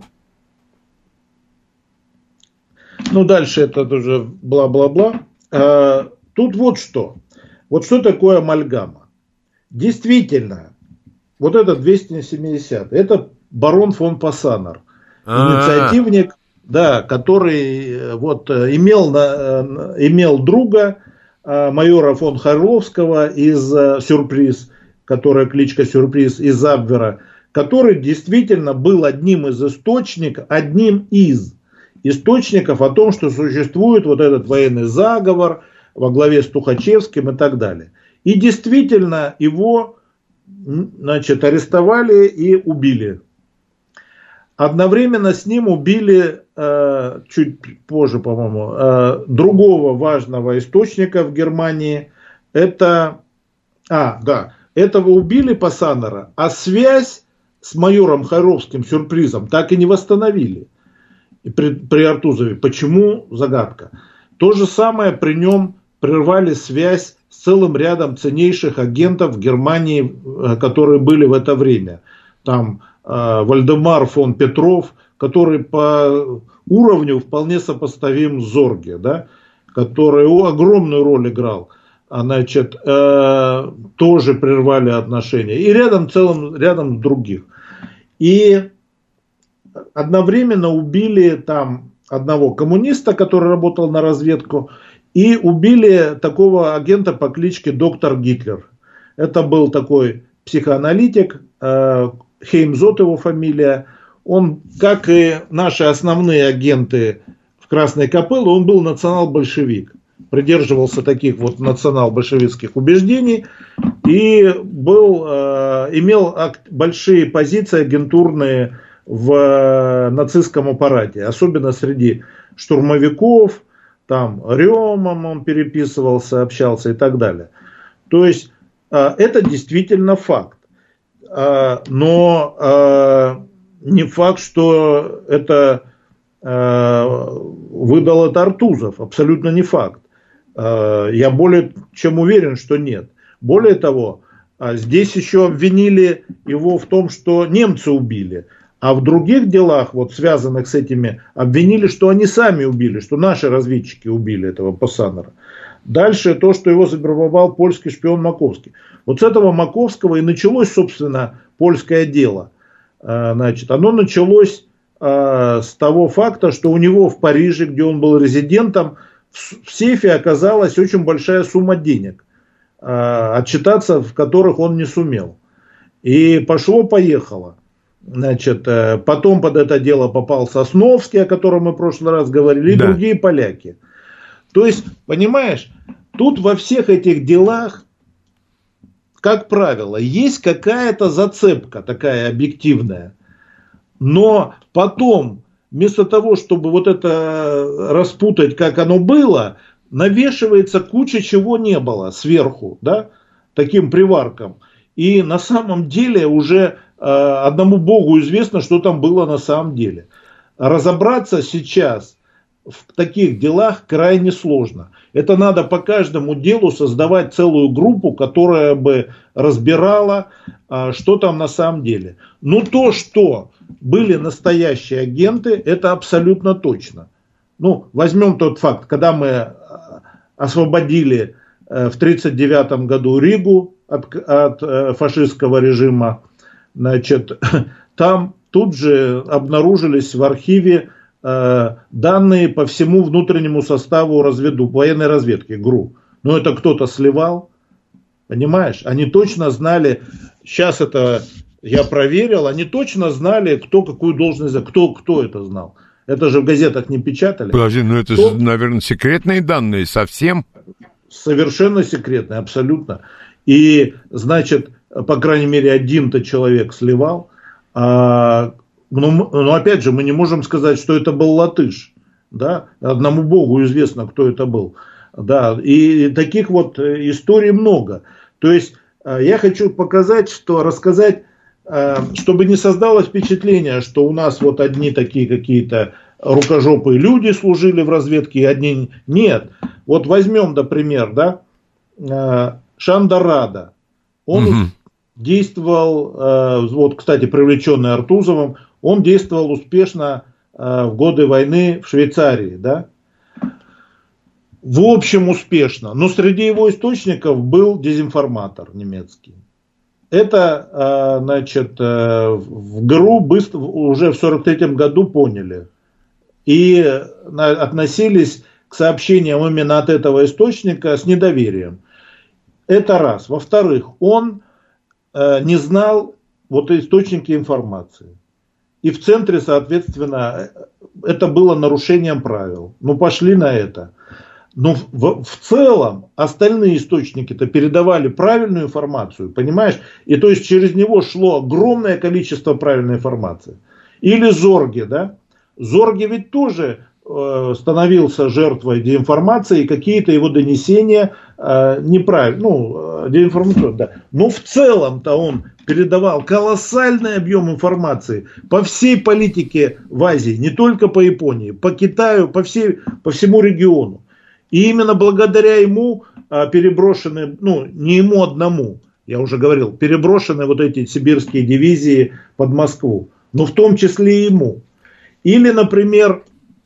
дальше это уже бла-бла-бла. Тут вот что. Вот что такое амальгама. Действительно, вот этот двести семидесятый, это барон фон Пассанер. Инициативник, да, который вот имел, имел друга майора фон Харловского из «Сюрприз», которая кличка «Сюрприз», из Абвера, который действительно был одним из источников, одним из источников о том, что существует вот этот военный заговор во главе с Тухачевским и так далее. И действительно его, значит, арестовали и убили. Одновременно с ним убили, э, чуть позже, по-моему, э, другого важного источника в Германии. Это, а, да, этого убили Пасанера, а связь с майором Хайровским, сюрпризом, так и не восстановили. И при, при Артузове. Почему? Загадка. То же самое при нем прервали связь с целым рядом ценнейших агентов в Германии, которые были в это время. Там э, Вальдемар фон Петров, который по уровню вполне сопоставим с Зорге, да, который огромную роль играл. Значит, э, тоже прервали отношения. И рядом, целым рядом других. И одновременно убили там одного коммуниста, который работал на разведку, и убили такого агента по кличке доктор Гитлер. Это был такой психоаналитик, э, Хеймзот его фамилия. Он, как и наши основные агенты в Красной Капелле, он был национал-большевик. Придерживался таких вот национал-большевистских убеждений и был, э, имел большие позиции агентурные в э, нацистском аппарате, особенно среди штурмовиков, там Рёмом он переписывался, общался и так далее. То есть э, это действительно факт, э, но э, не факт, что это э, выдал это Артузов, абсолютно не факт. Я более чем уверен, что нет. Более того, здесь еще обвинили его в том, что немцы убили. А в других делах, вот связанных с этими, обвинили, что они сами убили, что наши разведчики убили этого Пасанера. Дальше то, что его завербовал польский шпион Маковский. Вот с этого Маковского и началось, собственно, польское дело. Значит, оно началось с того факта, что у него в Париже, где он был резидентом, в сейфе оказалась очень большая сумма денег, отчитаться в которых он не сумел. И пошло-поехало. Значит, потом под это дело попал Сосновский, о котором мы в прошлый раз говорили, и да. другие поляки. То есть, понимаешь, тут во всех этих делах, как правило, есть какая-то зацепка такая объективная. Но потом, вместо того, чтобы вот это распутать, как оно было, навешивается куча чего не было сверху, да, таким приварком. И на самом деле уже э, одному Богу известно, что там было на самом деле. Разобраться сейчас в таких делах крайне сложно. Это надо по каждому делу создавать целую группу, которая бы разбирала, э, что там на самом деле. Но то, что были настоящие агенты, это абсолютно точно. Ну, возьмем тот факт, когда мы освободили в тысяча девятьсот тридцать девятом году Ригу от, от фашистского режима, значит, там тут же обнаружились в архиве э, данные по всему внутреннему составу разведу, военной разведки, ГРУ. Но это кто-то сливал, понимаешь? Они точно знали, сейчас это я проверил, они точно знали, кто какую должность, кто, кто это знал. Это же в газетах не печатали. Подожди, ну это кто... же, наверное, секретные данные совсем. Совершенно секретные, абсолютно. И, значит, по крайней мере, один-то человек сливал. А, но, но, опять же, мы не можем сказать, что это был латыш. Да? Одному Богу известно, кто это был. Да? И таких вот историй много. То есть, я хочу показать, что рассказать, чтобы не создалось впечатление, что у нас вот одни такие какие-то рукожопые люди служили в разведке, и одни нет. Вот возьмем, например, да, Шандарада. Он угу. действовал, вот, кстати, привлеченный Артузовым, он действовал успешно в годы войны в Швейцарии, да. В общем, успешно. Но среди его источников был дезинформатор немецкий. Это, значит, в ГРУ быстро, уже в сорок третьем году поняли. И относились к сообщениям именно от этого источника с недоверием. Это раз. Во-вторых, он не знал вот источники информации. И в центре, соответственно, это было нарушением правил. Ну, пошли на это. Но в, в целом остальные источники-то передавали правильную информацию, понимаешь? И то есть через него шло огромное количество правильной информации. Или Зорге, да? Зорге ведь тоже становился жертвой деинформации, и какие-то его донесения э, неправильно, ну, деинформационные, да. Но в целом-то он передавал колоссальный объем информации по всей политике в Азии, не только по Японии, по Китаю, по, всей, по всему региону. И именно благодаря ему э, переброшены, ну, не ему одному, я уже говорил, переброшены вот эти сибирские дивизии под Москву, но в том числе и ему. Или, например,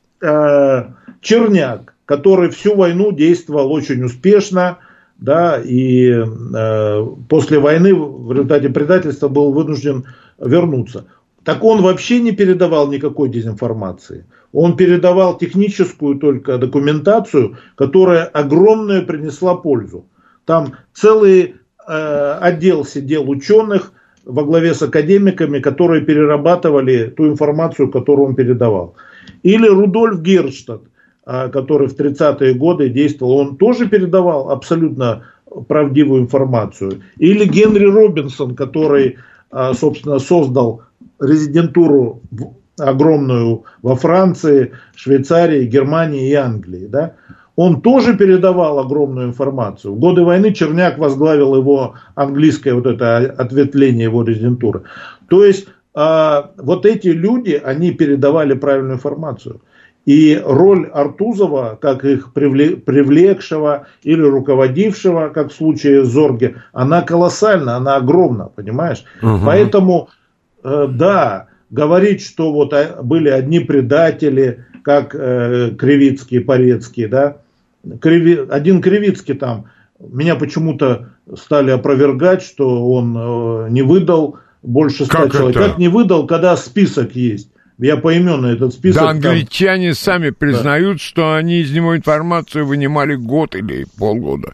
Черняк, который всю войну действовал очень успешно, да, и э, после войны в результате предательства был вынужден вернуться. Так он вообще не передавал никакой дезинформации. Он передавал техническую только документацию, которая огромную принесла пользу. Там целый э, отдел сидел ученых во главе с академиками, которые перерабатывали ту информацию, которую он передавал. Или Рудольф Герштадт, который в тридцатые годы действовал, он тоже передавал абсолютно правдивую информацию. Или Генри Робинсон, который, собственно, создал резидентуру огромную во Франции, Швейцарии, Германии и Англии. Да? Он тоже передавал огромную информацию. В годы войны Черняк возглавил его английское вот это ответвление его резидентуры. То есть а, вот эти люди, они передавали правильную информацию. И роль Артузова, как их привлекшего или руководившего, как в случае с Зорге, она колоссальна, она огромна, понимаешь? Угу. Поэтому, э, да, говорить, что вот были одни предатели, как э, Кривицкий, Порецкий, да, Криви... один Кривицкий там, меня почему-то стали опровергать, что он э, не выдал больше ста человек. Как не выдал, когда список есть? Я поименно этот список... Да, англичане там... сами признают, да. что они из него информацию вынимали год или полгода.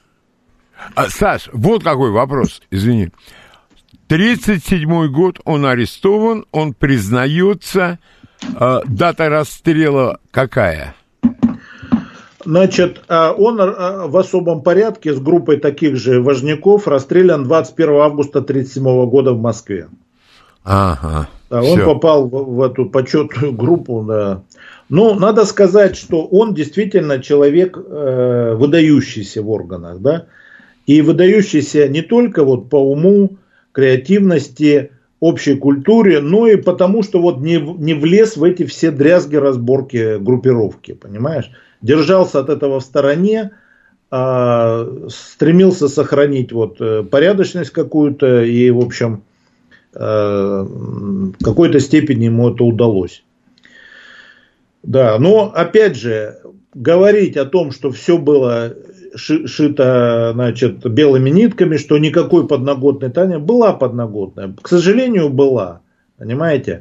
А, Саш, вот какой вопрос, извини. тридцать седьмой год, он арестован, он признается. Э, дата расстрела какая? Значит, он в особом порядке с группой таких же важняков расстрелян двадцать первого августа тысяча девятьсот тридцать седьмого года в Москве. Ага. Да, он попал в, в эту почетную группу. Да. Ну, надо сказать, что он действительно человек э, выдающийся в органах, да, и выдающийся не только вот по уму, креативности, общей культуре, но и потому, что вот не, не влез в эти все дрязги, разборки, группировки, понимаешь? Держался от этого в стороне, э, стремился сохранить вот порядочность какую-то и, в общем, в какой-то степени ему это удалось. Да, но опять же, говорить о том, что все было шито, значит, белыми нитками, что никакой подноготной Таня была подноготная. К сожалению, была. Понимаете?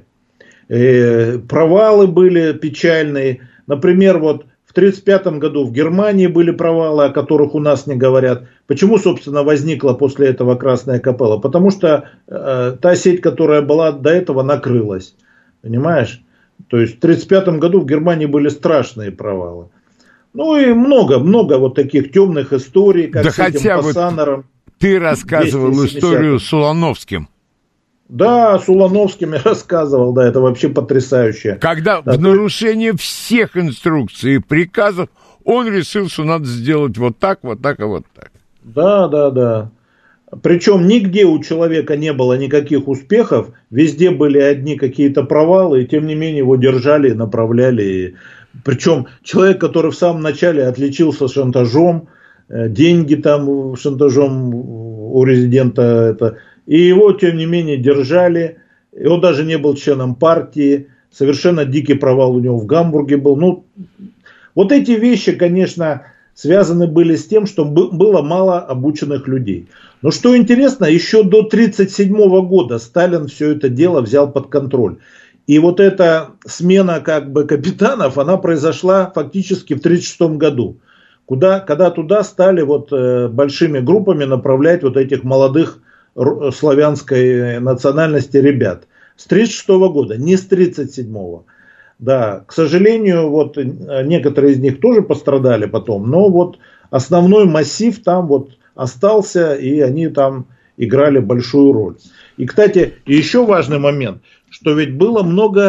И провалы были печальные. Например, вот в тридцать пятом году в Германии были провалы, о которых у нас не говорят. Почему, собственно, возникла после этого Красная Капелла? Потому что э, та сеть, которая была до этого, накрылась. Понимаешь? То есть в тридцать пятом году в Германии были страшные провалы. Ну и много, много вот таких темных историй, как да с этим Пассанером. Вот ты рассказывал историю с Улановским. Да, с Улановским я рассказывал, да, это вообще потрясающе. Когда да, в нарушение ты... всех инструкций и приказов он решил, что надо сделать вот так, вот так и вот так. Да, да, да. Причем нигде у человека не было никаких успехов, везде были одни какие-то провалы, и тем не менее его держали, направляли. Причем человек, который в самом начале отличился шантажом, деньги там шантажом у резидента, это, и его тем не менее держали, и он даже не был членом партии, совершенно дикий провал у него в Гамбурге был. Ну, вот эти вещи, конечно, связаны были с тем, что было мало обученных людей. Но что интересно, еще до тридцать седьмого года Сталин все это дело взял под контроль. И вот эта смена как бы капитанов, она произошла фактически в тридцать шестом году. Куда, когда туда стали вот э, большими группами направлять вот этих молодых р- славянской национальности ребят. С тридцать шестого года, не с тридцать седьмого. Да, к сожалению, вот некоторые из них тоже пострадали потом, но вот основной массив там вот остался, и они там играли большую роль. И, кстати, еще важный момент, что ведь было много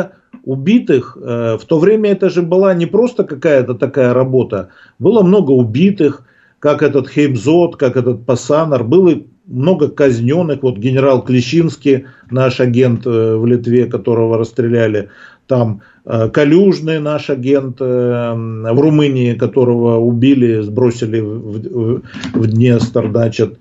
убитых, в то время это же была не просто какая-то такая работа, было много убитых, как этот Хеймзот, как этот Пасанар, было много казненных, вот генерал Клещинский, наш агент в Литве, которого расстреляли, там Калюжный, наш агент в Румынии, которого убили, сбросили в, в, в Днестр, значит,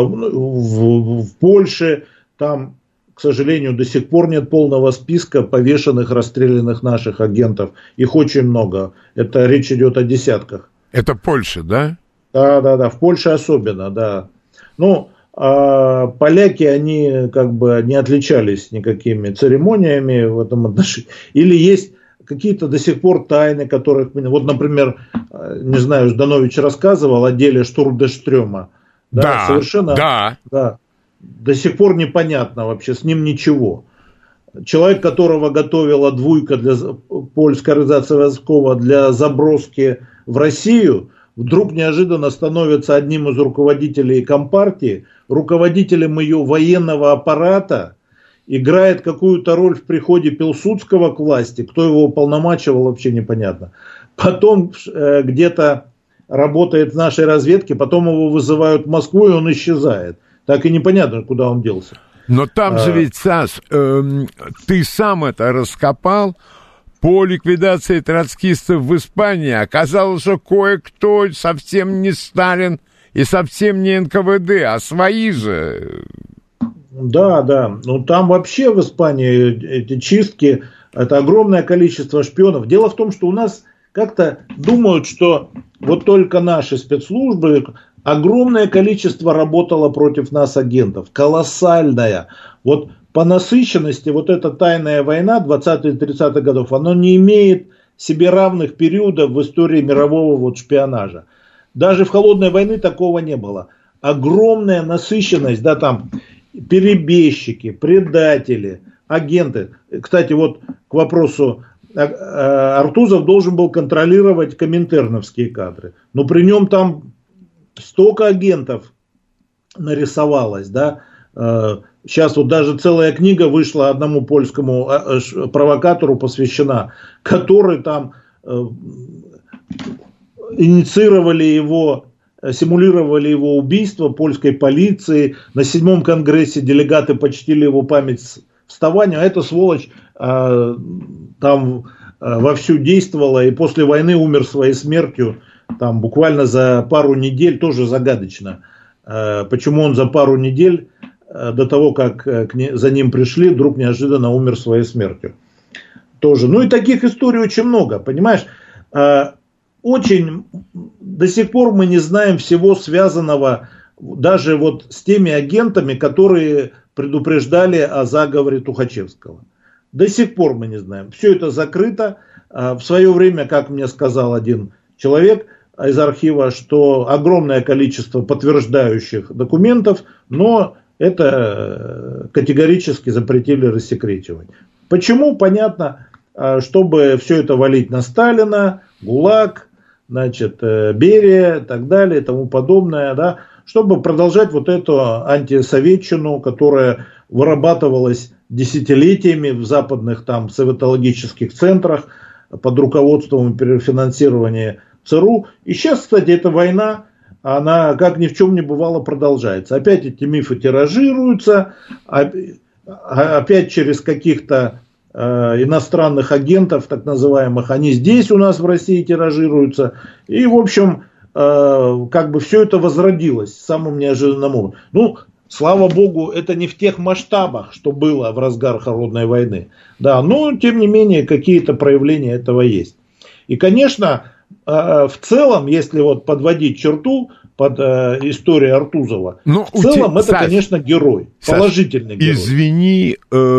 в, в Польше, там, к сожалению, до сих пор нет полного списка повешенных, расстрелянных наших агентов, их очень много, это речь идет о десятках. Это Польша, да? Да, да, да, в Польше особенно, да. Ну, а поляки, они как бы не отличались никакими церемониями в этом отношении. Или есть какие-то до сих пор тайны, которых... Вот, например, не знаю, Жданович рассказывал о деле Штурдештрёма. Да, да, совершенно... Да. Да. До сих пор непонятно вообще, с ним ничего. Человек, которого готовила двуйка для польской организации Воскова для заброски в Россию, вдруг неожиданно становится одним из руководителей Компартии, руководителем ее военного аппарата, играет какую-то роль в приходе Пилсудского к власти, кто его уполномачивал, вообще непонятно. Потом э, где-то работает в нашей разведке, потом его вызывают в Москву, и он исчезает. Так и непонятно, куда он делся. Но там же ведь, Саш, э, ты сам это раскопал. По ликвидации троцкистов в Испании оказалось, что кое-кто совсем не Сталин и совсем не эн ка вэ дэ, а свои же. Да, да. Ну там вообще в Испании эти чистки, это огромное количество шпионов. Дело в том, что у нас как-то думают, что вот только наши спецслужбы, огромное количество работало против нас агентов. Колоссальное. Вот по насыщенности вот эта тайная война двадцатых-тридцатых годов, она не имеет себе равных периодов в истории мирового вот шпионажа. Даже в холодной войне такого не было. Огромная насыщенность, да, там перебежчики, предатели, агенты. Кстати, вот к вопросу, Артузов должен был контролировать коминтерновские кадры. Но при нем там столько агентов нарисовалось, да. Сейчас вот даже целая книга вышла одному польскому провокатору посвящена, который там инициировали его, симулировали его убийство польской полиции. На седьмом конгрессе делегаты почтили его память вставания, а эта сволочь э, там э, вовсю действовала и после войны умер своей смертью, там буквально за пару недель, тоже загадочно. Э, почему он за пару недель э, до того, как э, к не, за ним пришли, вдруг неожиданно умер своей смертью. Тоже. Ну и таких историй очень много, понимаешь? Э, Очень до сих пор мы не знаем всего связанного даже вот с теми агентами, которые предупреждали о заговоре Тухачевского. До сих пор мы не знаем. Все это закрыто. В свое время, как мне сказал один человек из архива, что огромное количество подтверждающих документов, но это категорически запретили рассекречивать. Почему? Понятно, чтобы все это валить на Сталина, ГУЛАГ, значит, Берия и так далее и тому подобное, да, чтобы продолжать вот эту антисоветчину, которая вырабатывалась десятилетиями в западных там советологических центрах под руководством и перефинансированием ЦРУ. И сейчас, кстати, эта война, она как ни в чем не бывало продолжается. Опять эти мифы тиражируются, опять через каких-то иностранных агентов, так называемых, они здесь у нас в России тиражируются. И, в общем, как бы все это возродилось самым неожиданным образом. Ну, слава богу, это не в тех масштабах, что было в разгар холодной войны. Да, но, тем не менее, какие-то проявления этого есть. И, конечно, в целом, если вот подводить черту под э, историей Артузова, ну, в целом это, Саш, конечно, герой, Саш, положительный герой. Извини,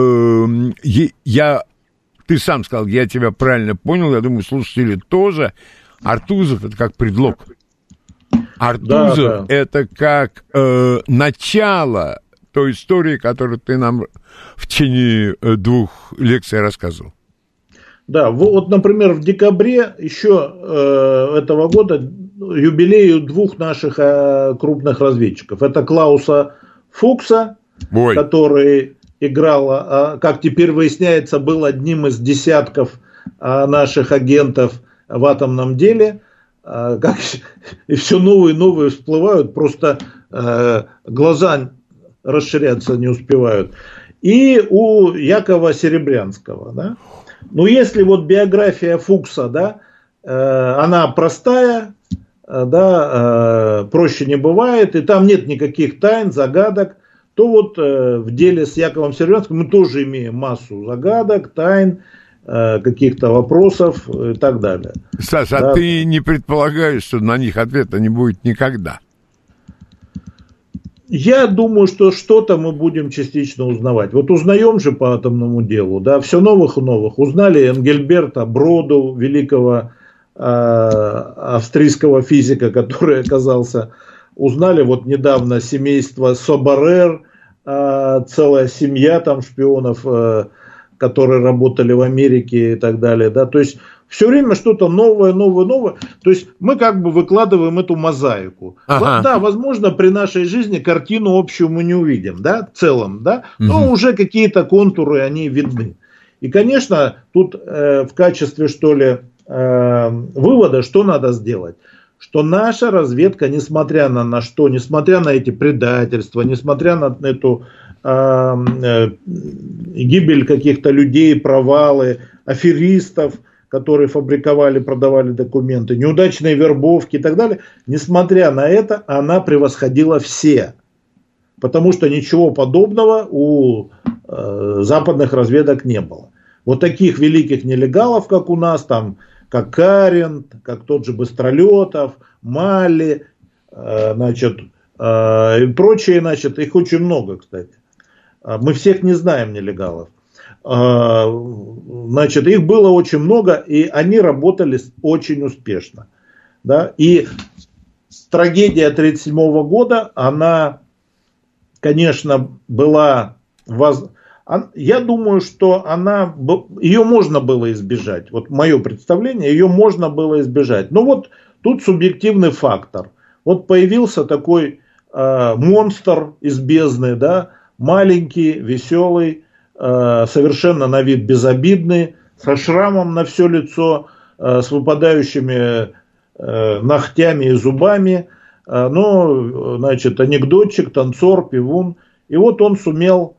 э, я, ты сам сказал, я тебя правильно понял, я думаю, слушатели тоже. Артузов — это как предлог. Артузов да, да. — это как э, начало той истории, которую ты нам в течение двух лекций рассказывал. Да, вот, например, в декабре еще э, этого года юбилею двух наших э, крупных разведчиков. Это Клауса Фукса, Ой. который играл, как теперь выясняется, был одним из десятков наших агентов в атомном деле. Как, и все новые и новые всплывают, просто глаза расширяться не успевают. И у Якова Серебрянского, да. Ну, если вот биография Фукса, да, она простая, да, проще не бывает, и там нет никаких тайн, загадок, то вот в деле с Яковом Серебрянским мы тоже имеем массу загадок, тайн, каких-то вопросов и так далее. Саша, да. А ты не предполагаешь, что на них ответа не будет никогда? Я думаю, что что-то мы будем частично узнавать. Вот узнаем же по атомному делу, да, все новых и новых. Узнали Энгельберта Броду, великого э, австрийского физика, который оказался. Узнали вот недавно семейство Соборер, э, целая семья там шпионов, э, которые работали в Америке и так далее, да. То есть все время что-то новое, новое, новое. То есть мы как бы выкладываем эту мозаику. Ага. Да, возможно, при нашей жизни картину общую мы не увидим, да, в целом, да, но угу. уже какие-то контуры, они видны. И, конечно, тут э, в качестве, что ли, э, вывода, что надо сделать? Что наша разведка, несмотря на, на что, несмотря на эти предательства, несмотря на эту э, э, гибель каких-то людей, провалы, аферистов, которые фабриковали, продавали документы, неудачные вербовки и так далее, несмотря на это, она превосходила все. Потому что ничего подобного у э, западных разведок не было. Вот таких великих нелегалов, как у нас, там, как Карин, как тот же Быстролетов, Мали, э, значит, э, и прочие, значит, их очень много, кстати. Мы всех не знаем нелегалов. Значит, их было очень много, и они работали очень успешно. Да? И трагедия тысяча девятьсот тридцать седьмого года, она, конечно, была... Воз... Я думаю, что она... ее можно было избежать. Вот мое представление, ее можно было избежать. Но вот тут субъективный фактор. Вот появился такой э, монстр из бездны, да, маленький, веселый, совершенно на вид безобидный, со шрамом на все лицо, с выпадающими ногтями и зубами, ну, значит, анекдотчик, танцор, пивун. И вот он сумел,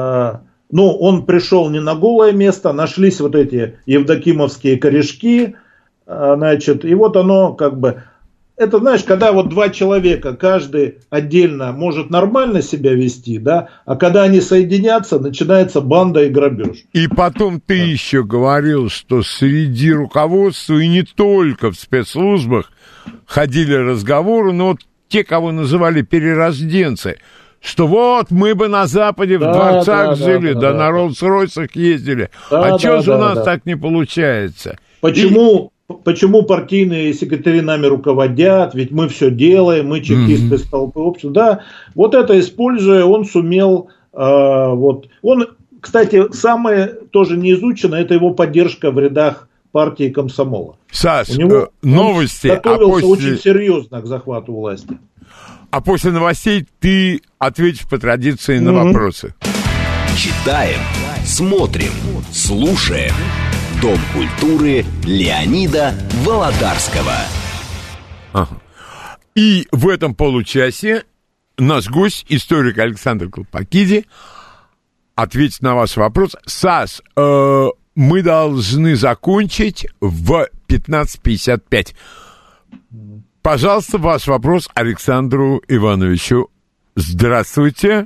ну, он пришел не на голое место, нашлись вот эти евдокимовские корешки, значит, и вот оно как бы... Это, знаешь, когда вот два человека, каждый отдельно может нормально себя вести, да, а когда они соединятся, начинается банда и грабеж. И потом ты да. еще говорил, что среди руководства и не только в спецслужбах ходили разговоры, но вот те, кого называли перерожденцы, что вот мы бы на Западе да, в дворцах да, жили, да, да, да на Роллс-Ройсах ездили, да, а что да, же да, у нас да. так не получается? Почему... И... Почему партийные секретари нами руководят, ведь мы все делаем, мы чекисты с толпы общества. Да, вот это используя, он сумел, э, вот, он, кстати, самое тоже не изучено, это его поддержка в рядах партии комсомола. Саш, у него новости. Готовился а после... очень серьезно к захвату власти. А после новостей ты ответишь по традиции на mm-hmm. вопросы. Читаем, смотрим, слушаем. Дом культуры Леонида Володарского. Ага. И в этом получасе наш гость, историк Александр Колпакиди, ответит на ваш вопрос. Саш, э, мы должны закончить в пятнадцать пятьдесят пять. Пожалуйста, ваш вопрос Александру Ивановичу. Здравствуйте.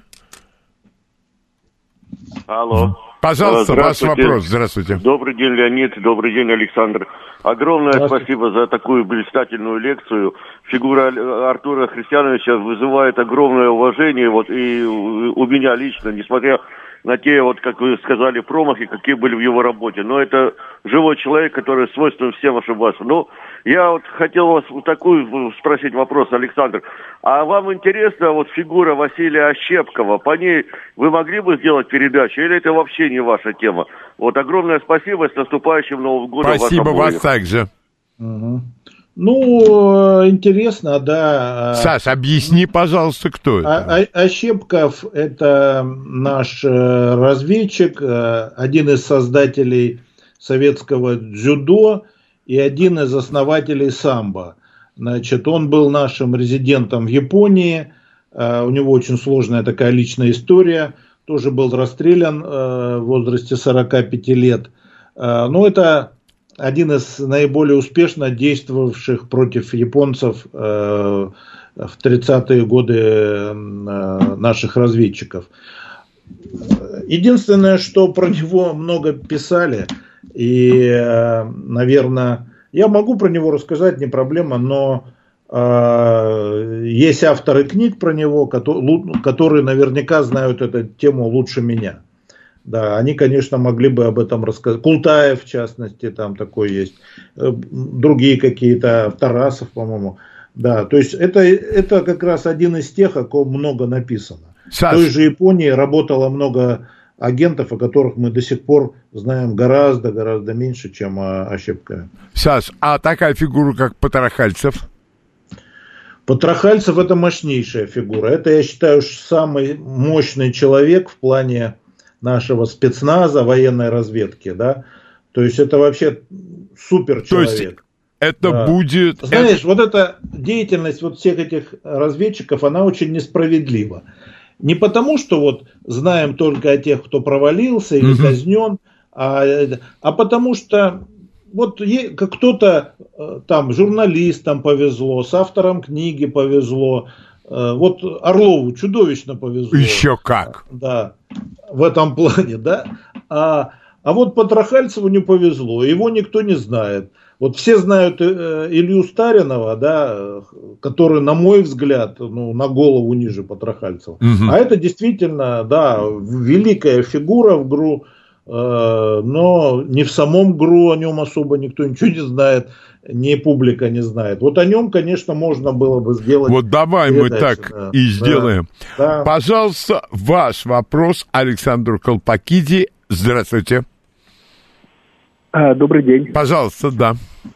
Алло. Пожалуйста, ваш вопрос. Здравствуйте. Добрый день, Леонид. Добрый день, Александр. Огромное спасибо за такую блистательную лекцию. Фигура Артура Христиановича вызывает огромное уважение. Вот, и у меня лично, несмотря на те, вот, как вы сказали, промахи, какие были в его работе. Но это живой человек, который свойствен всем ошибаться. Но я вот хотел вас такую спросить вопрос, Александр. А вам интересна вот фигура Василия Ощепкова? По ней вы могли бы сделать передачу? Или это вообще не ваша тема? Вот огромное спасибо, с наступающим Новым годом. Спасибо вас также. Угу. Ну, интересно, да. Саш, объясни, пожалуйста, кто это? А, Ощепков – это наш разведчик, один из создателей советского дзюдо и один из основателей самбо. Значит, он был нашим резидентом в Японии, у него очень сложная такая личная история, тоже был расстрелян в возрасте сорока пяти лет. Но это один из наиболее успешно действовавших против японцев э, в тридцатые годы э, наших разведчиков. Единственное, что про него много писали, и, э, наверное, я могу про него рассказать, не проблема, но э, есть авторы книг про него, которые, которые наверняка знают эту тему лучше меня. Да, они, конечно, могли бы об этом рассказать. Култаев, в частности, там такой есть. Другие какие-то, Тарасов, по-моему. Да, то есть это, это как раз один из тех, о ком много написано. Саш. В той же Японии работало много агентов, о которых мы до сих пор знаем гораздо-гораздо меньше, чем о Ощепкове. Саш, а такая фигура, как Потрохальцев? Потрохальцев – это мощнейшая фигура. Это, я считаю, самый мощный человек в плане нашего спецназа, военной разведки, да, то есть это вообще супер человек. То есть это да. будет... Знаешь, это... вот эта деятельность вот всех этих разведчиков, она очень несправедлива. Не потому, что вот знаем только о тех, кто провалился или угу. казнен, а, а потому что вот кто-то там, журналистам повезло, с автором книги повезло. Вот Орлову чудовищно повезло. Еще как. Да, в этом плане, да. А, а вот Потрохальцеву не повезло, его никто не знает. Вот все знают Илью Старинова, да, который, на мой взгляд, ну, на голову ниже Потрохальцева. Угу. А это действительно, да, великая фигура в ГРУ, э, но не в самом ГРУ о нем особо никто ничего не знает. Ни публика не знает. Вот о нем, конечно, можно было бы сделать. Вот давай мы так да. и сделаем. Да. Да. Пожалуйста, ваш вопрос Александру Колпакиди. Здравствуйте. А, добрый день. Пожалуйста, да.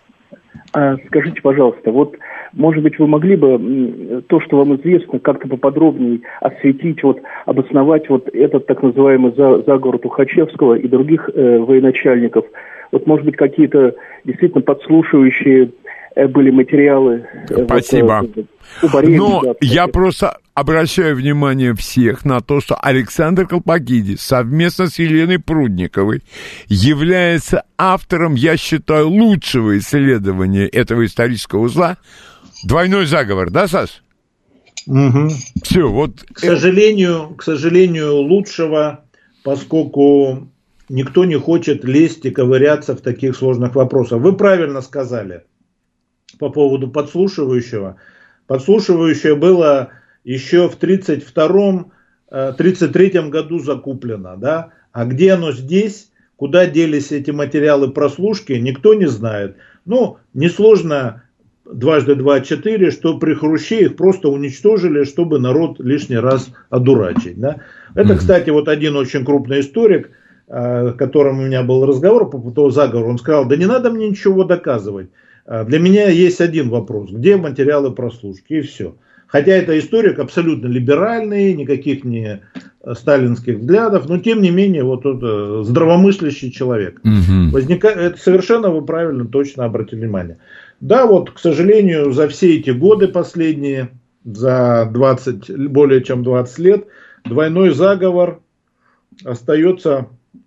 А, скажите, пожалуйста, вот, может быть, вы могли бы то, что вам известно, как-то поподробнее осветить, вот, обосновать вот этот так называемый заговор Тухачевского и других э, военачальников. Вот, может быть, какие-то действительно подслушивающие были материалы. Спасибо. Вот, у Борисова, Но да, я просто обращаю внимание всех на то, что Александр Колпакиди совместно с Еленой Прудниковой является автором, я считаю, лучшего исследования этого исторического узла. Двойной заговор, да, Саш? Угу. Все, вот. К сожалению, к сожалению, лучшего, поскольку никто не хочет лезть и ковыряться в таких сложных вопросах. Вы правильно сказали по поводу подслушивающего. Подслушивающее было еще в тридцать втором — тридцать третьем году закуплено, да? А где оно здесь, куда делись эти материалы прослушки, никто не знает. Ну, несложно дважды два — четыре, что при Хруще их просто уничтожили, чтобы народ лишний раз одурачить, да? Это, кстати, вот один очень крупный историк, с которым у меня был разговор по поводу заговора, он сказал: да не надо мне ничего доказывать. Для меня есть один вопрос: где материалы прослушки, и все. Хотя это историк абсолютно либеральный, никаких не сталинских взглядов, но тем не менее вот это здравомыслящий человек. Угу. Возникает, это совершенно вы правильно, точно обратили внимание. Да, вот, к сожалению, за все эти годы последние, за двадцать, более чем двадцать лет, двойной заговор остается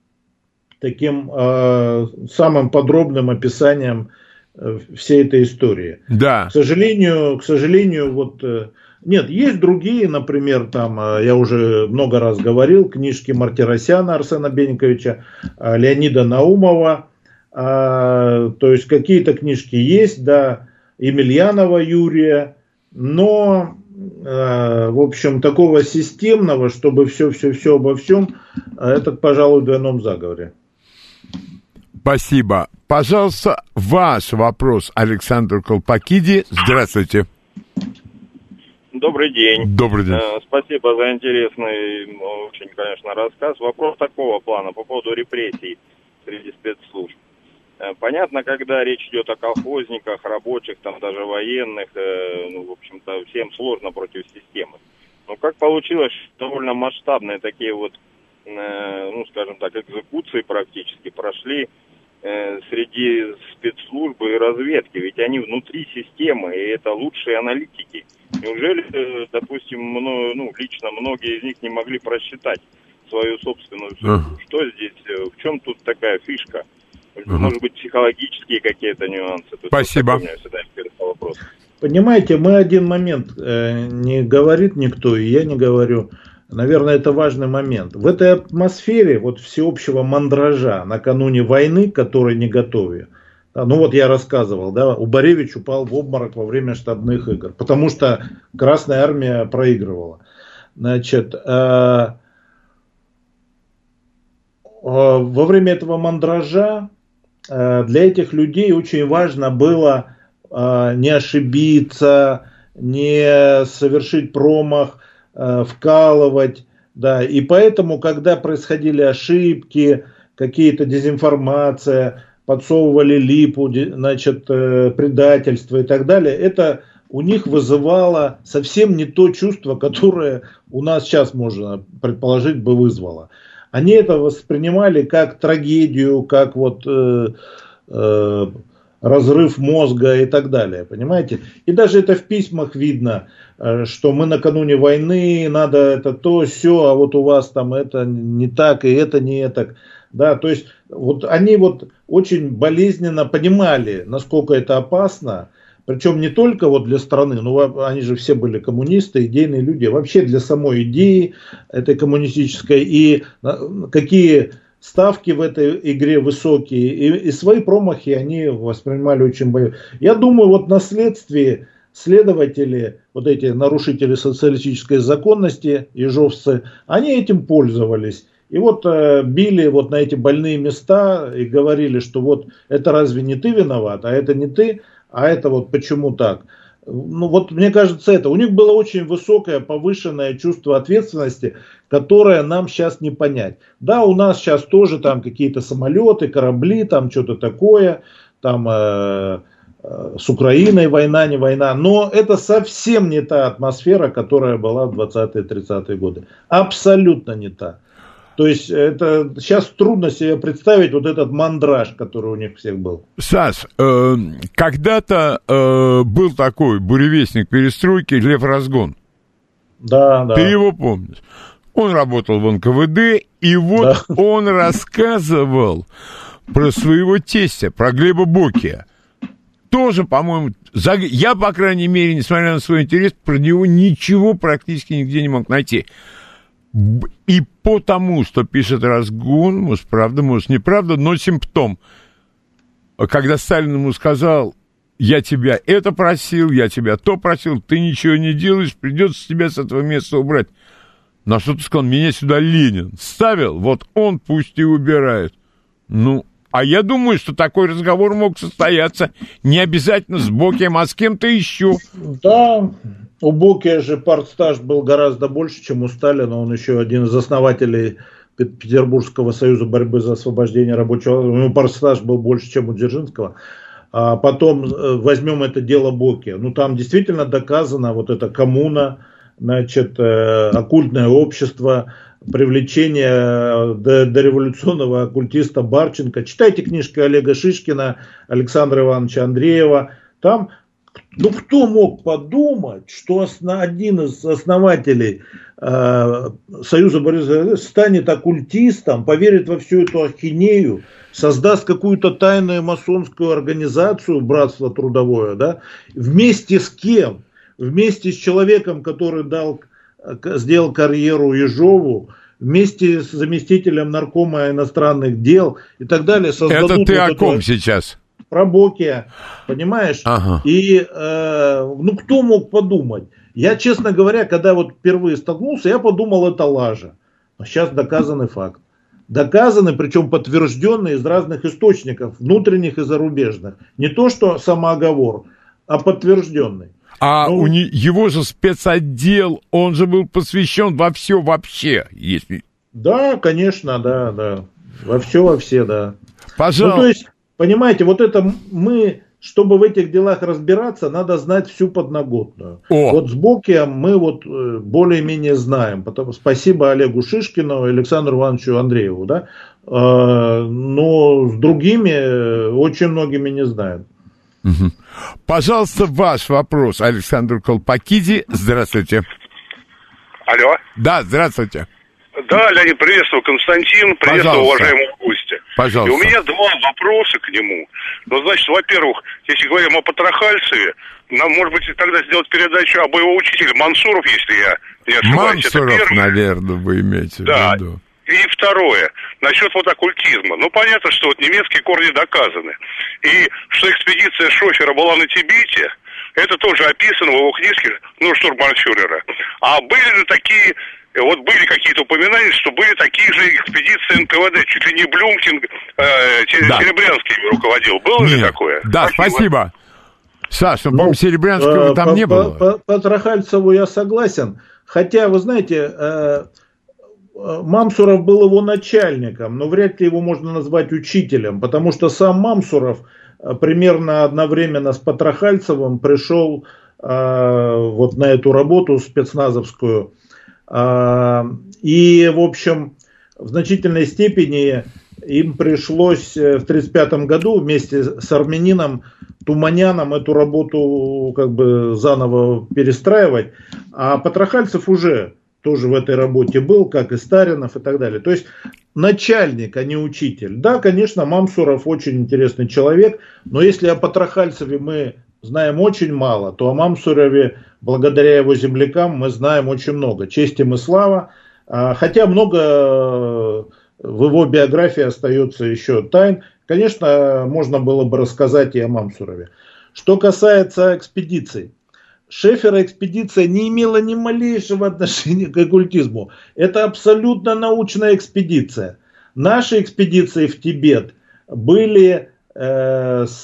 таким э, самым подробным описанием всей этой истории. Да. К сожалению, к сожалению, вот нет, есть другие, например, там я уже много раз говорил, книжки Мартиросяна Арсена Бенниковича, Леонида Наумова, то есть какие-то книжки есть, да, Емельянова Юрия, но в общем такого системного, чтобы все-все-все обо всем, это, пожалуй, в двойном заговоре. Спасибо. Пожалуйста, ваш вопрос Александру Колпакиди. Здравствуйте. Добрый день. Добрый день. Спасибо за интересный, очень, конечно, рассказ. Вопрос такого плана по поводу репрессий среди спецслужб. Понятно, когда речь идет о колхозниках, рабочих, там даже военных, э, ну, в общем-то, всем сложно против системы. Но как получилось, довольно масштабные такие вот, э, ну, скажем так, экзекуции практически прошли э, среди спецслужбы и разведки, ведь они внутри системы, и это лучшие аналитики. Неужели, э, допустим, мно, ну, лично многие из них не могли просчитать свою собственную судьбу? Uh-huh. Что здесь, э, в чем тут такая фишка? Uh-huh. Может быть, психологические какие-то нюансы. Тут Спасибо. Вот вопрос. Понимаете, мы один момент э, не говорит никто, и я не говорю. Наверное, это важный момент. В этой атмосфере вот всеобщего мандража накануне войны, к которой не готовы. Да, ну вот я рассказывал, да, Убаревич упал в обморок во время штабных игр, потому что Красная Армия проигрывала. Значит, э, э, во время этого мандража для этих людей очень важно было э, не ошибиться, не совершить промах, э, вкалывать. Да. И поэтому, когда происходили ошибки, какие-то дезинформация, подсовывали липу, значит, э, предательство и так далее, это у них вызывало совсем не то чувство, которое у нас сейчас, можно предположить, бы вызвало. Они это воспринимали как трагедию, как вот э, э, разрыв мозга и так далее, понимаете? И даже это в письмах видно, э, что мы накануне войны, надо это то, сё, а вот у вас там это не так, и это не так. Да, то есть вот они вот очень болезненно понимали, насколько это опасно. Причем не только вот для страны, но они же все были коммунисты, идейные люди, а вообще для самой идеи этой коммунистической, и какие ставки в этой игре высокие, и, и свои промахи они воспринимали очень болезненно. Я думаю, вот на следствии следователи, вот эти нарушители социалистической законности, ежовцы, они этим пользовались. И вот э, били вот на эти больные места и говорили, что вот это разве не ты виноват, а это не ты. А это вот почему так? Ну вот мне кажется, это у них было очень высокое, повышенное чувство ответственности, которое нам сейчас не понять. Да, у нас сейчас тоже там какие-то самолеты, корабли, там что-то такое, там э, э, с Украиной война, не война, но это совсем не та атмосфера, которая была в двадцатые-тридцатые годы. Абсолютно не та. То есть это сейчас трудно себе представить вот этот мандраж, который у них всех был. Саш, э, когда-то э, был такой буревестник перестройки Лев Разгон. Да, да. Ты его помнишь? Он работал в эн ка вэ дэ, и вот да. Он рассказывал про своего тестя, про Глеба Бокия. Тоже, по-моему, за... я, по крайней мере, несмотря на свой интерес, про него ничего практически нигде не мог найти. И потому, что пишет Разгон, может, правда, может, неправда, но симптом. Когда Сталин ему сказал, я тебя это просил, я тебя то просил, ты ничего не делаешь, придется тебя с этого места убрать. На что ты сказал, меня сюда Ленин ставил, вот он пусть и убирает. Ну, а я думаю, что такой разговор мог состояться не обязательно с Бокием, а с кем-то еще. Да. У Бокия же партстаж был гораздо больше, чем у Сталина. Он еще один из основателей Петербургского союза борьбы за освобождение рабочего. У него партстаж был больше, чем у Дзержинского. А потом возьмем это дело Бокия. Ну, там действительно доказано вот эта коммуна, значит, оккультное общество, привлечение дореволюционного оккультиста Барченко. Читайте книжки Олега Шишкина, Александра Ивановича Андреева. Там... Ну, кто мог подумать, что один из основателей э, Союза борьбы станет оккультистом, поверит во всю эту ахинею, создаст какую-то тайную масонскую организацию, братство трудовое, да, вместе с кем? Вместе с человеком, который дал, сделал карьеру Ежову, вместе с заместителем наркома иностранных дел и так далее. Это ты вот о ком сейчас? Про Бокия, понимаешь? Ага. И, э, ну, кто мог подумать? Я, честно говоря, когда вот впервые столкнулся, я подумал, это лажа. Но сейчас доказанный факт. Доказанный, причем подтвержденный из разных источников, внутренних и зарубежных. Не то, что самооговор, а подтвержденный. А ну, у не, его же спецотдел, он же был посвящен во все вообще, если... Да, конечно, да, да. Во все, во все, да. Пожалуйста. Ну, то есть... понимаете, вот это мы, чтобы в этих делах разбираться, надо знать всю подноготную. О. Вот с Бокием мы вот более-менее знаем. Потому, спасибо Олегу Шишкину и Александру Ивановичу Андрееву, да? Но с другими очень многими не знаем. Угу. Пожалуйста, ваш вопрос, Александр Колпакиди. Здравствуйте. Алло. Да, здравствуйте. Да, Леонид, приветствую, Константин, приветствую, уважаемого гостя. Пожалуйста. И у меня два вопроса к нему. Ну, значит, во-первых, если говорим о Патрахальцеве, нам, может быть, тогда сделать передачу об его учителе Мансуров, если я не ошибаюсь. Мансуров, наверное, вы имеете да. в виду. И второе, насчет вот оккультизма. Ну, понятно, что вот немецкие корни доказаны. И что экспедиция Шофера была на Тибете, это тоже описано в его книжке, ну, штурманфюрера. А были ли такие, вот были какие-то упоминания, что были такие же экспедиции эн ка вэ дэ, чуть ли не Блюмкин, э, да. Серебрянский руководил. Было Нет. ли такое? Да, спасибо. спасибо. Саша, ну, по-моему, Серебрянского э, там по, не было. По, по Патрахальцеву я согласен. Хотя, вы знаете... Э, Мамсуров был его начальником, но вряд ли его можно назвать учителем, потому что сам Мамсуров примерно одновременно с Патрахальцевым пришел э, вот на эту работу спецназовскую. Э, и, в общем, в значительной степени им пришлось в тридцать пятом году вместе с армянином Туманяном эту работу как бы заново перестраивать, а Патрахальцев уже... тоже в этой работе был, как и Старинов и так далее. То есть начальник, а не учитель. Да, конечно, Мамсуров очень интересный человек, но если о Патрахальцеве мы знаем очень мало, то о Мамсурове, благодаря его землякам, мы знаем очень много. Честь им и слава. Хотя много в его биографии остается еще тайн. Конечно, можно было бы рассказать и о Мамсурове. Что касается экспедиций. Шефера экспедиция не имела ни малейшего отношения к оккультизму. Это абсолютно научная экспедиция. Наши экспедиции в Тибет были э, с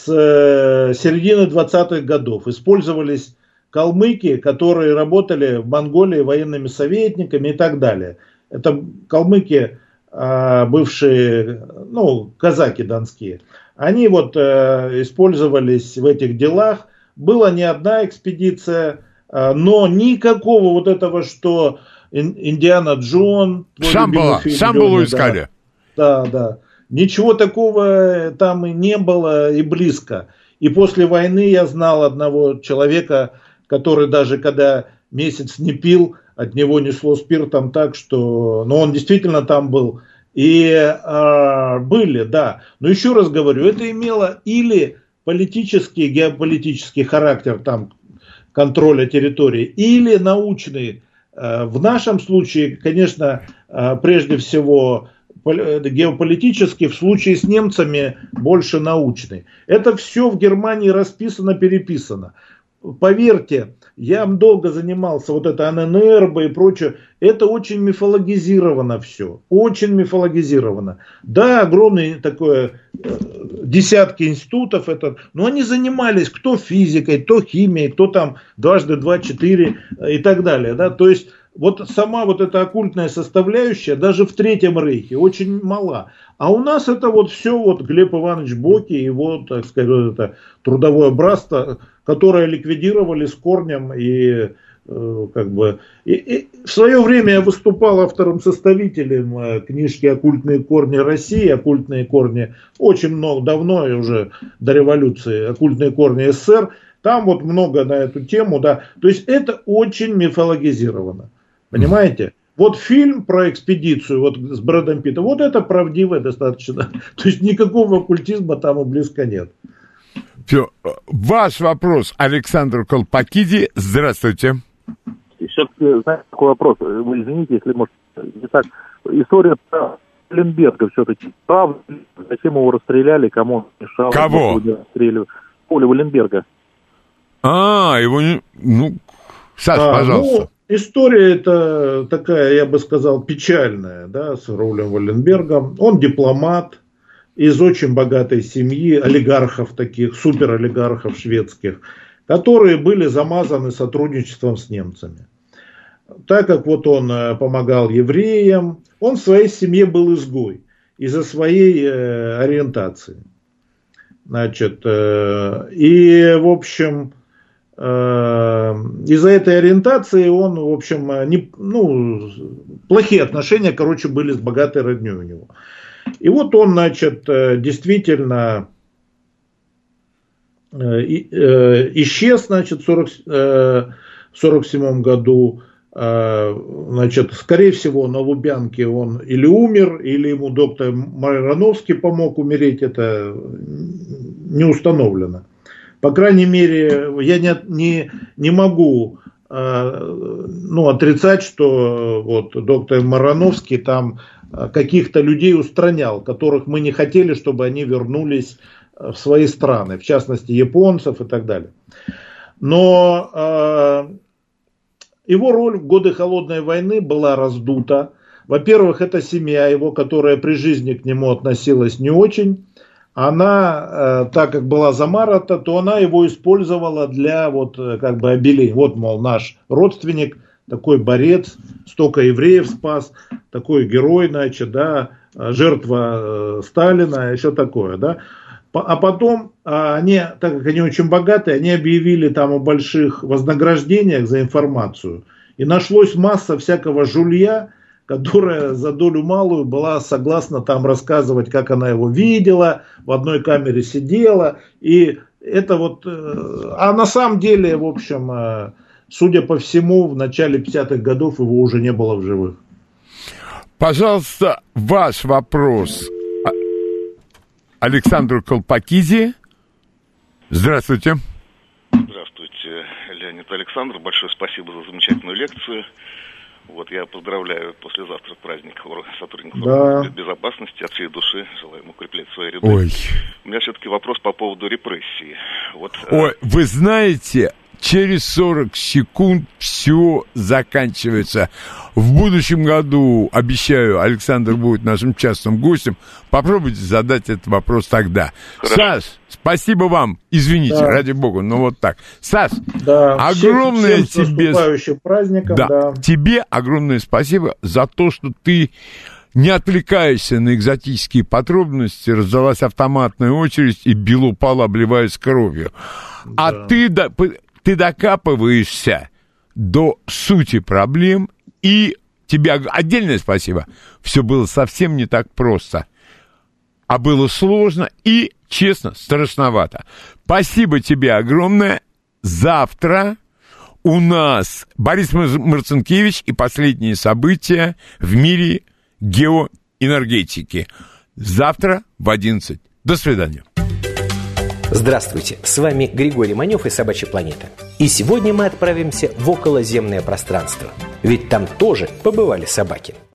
середины двадцатых годов. Использовались калмыки, которые работали в Монголии военными советниками и так далее. Это калмыки, э, бывшие, ну, казаки донские. Они вот э, использовались в этих делах. Была не одна экспедиция, но никакого вот этого, что Индиана Джон... Шамбала, Шамбалу искали. Да, да, да. Ничего такого там и не было, и близко. И после войны я знал одного человека, который даже когда месяц не пил, от него несло спиртом так, что... Но он действительно там был. И а, были, да. Но еще раз говорю, это имело или... политический, геополитический характер там, контроля территории или научный. В нашем случае, конечно, прежде всего геополитический, в случае с немцами больше научный. Это все в Германии расписано, переписано. Поверьте, я долго занимался вот это эн эн эр бэ и прочее. Это очень мифологизировано все. Очень мифологизировано. Да, огромное такое, десятки институтов, это, но они занимались кто физикой, кто химией, кто там дважды два, четыре и так далее. Да? То есть вот сама вот эта оккультная составляющая даже в Третьем Рейхе очень мала. А у нас это вот все вот Глеб Иванович Боки и его, так сказать, вот это трудовое братство, которое ликвидировали с корнем и э, как бы... И, и в свое время я выступал автором-составителем э, книжки «Оккультные корни России», «Оккультные корни» очень много, давно уже, до революции, «Оккультные корни эс эс эс эр». Там вот много на эту тему, да. То есть это очень мифологизировано. Понимаете? Вот фильм про экспедицию вот с Брэдом Питтом, вот это правдивое достаточно. То есть никакого оккультизма там и близко нет. Все. Ваш вопрос, Александр Колпакиди. Здравствуйте. Все-таки, знаете, такой вопрос. Вы извините, если, может, не так. История про Валенберга все-таки. Правда, зачем его расстреляли, кому он мешал? Кого? Поля Валенберга. А, его не... Ну, Саша, а, пожалуйста. Ну, история это такая, я бы сказал, печальная, да, с Раулем Валенбергом. Он дипломат из очень богатой семьи, олигархов таких, суперолигархов шведских, которые были замазаны сотрудничеством с немцами. Так как вот он помогал евреям, он в своей семье был изгой из-за своей э, ориентации. Значит, и, в общем, из-за этой ориентации он, в общем, не, ну, плохие отношения, короче, были с богатой родней у него. И вот он, значит, действительно исчез, значит, в сорок седьмом году. Значит, скорее всего, на Лубянке он или умер, или ему доктор Марановский помог умереть, это не установлено. По крайней мере, я не, не, не могу ну, отрицать, что вот, доктор Марановский там каких-то людей устранял, которых мы не хотели, чтобы они вернулись в свои страны, в частности, японцев и так далее. Но его роль в годы Холодной войны была раздута. Во-первых, это семья его, которая при жизни к нему относилась не очень. Она, так как была замарата, то она его использовала для вот как бы обеления. Вот, мол, наш родственник, такой борец, столько евреев спас, такой герой, значит, да, жертва Сталина, и все такое, да. А потом они, так как они очень богатые, они объявили там о больших вознаграждениях за информацию. И нашлось масса всякого жулья, которая за долю малую была согласна там рассказывать, как она его видела, в одной камере сидела. И это вот... А на самом деле, в общем, судя по всему, в начале пятидесятых годов его уже не было в живых. Пожалуйста, ваш вопрос Александру Колпакидзе. Здравствуйте. Здравствуйте, Леонид Александр. Большое спасибо за замечательную лекцию. Вот я поздравляю послезавтра праздник сотрудников да. безопасности. От всей души желаем укреплять свои ряды. Ой. У меня все-таки вопрос по поводу репрессии. Вот, Ой, вы знаете, через сорок секунд все заканчивается. В будущем году, обещаю, Александр будет нашим частным гостем. Попробуйте задать этот вопрос тогда. Хорошо. Саш, спасибо вам. Извините, да. ради бога, но вот так. Саш, да, огромное всем, всем тебе... с наступающим праздником. Да, да. тебе огромное спасибо за то, что ты не отвлекаешься на экзотические подробности, раздалась автоматная очередь, и Белопал обливаясь кровью. Да. А ты... Ты докапываешься до сути проблем, и тебе отдельное спасибо. Все было совсем не так просто, а было сложно и, честно, страшновато. Спасибо тебе огромное. Завтра у нас Борис Марцинкевич и последние события в мире геоэнергетики. Завтра в одиннадцать. До свидания. Здравствуйте, с вами Григорий Манев и Собачья планета. И сегодня мы отправимся в околоземное пространство. Ведь там тоже побывали собаки.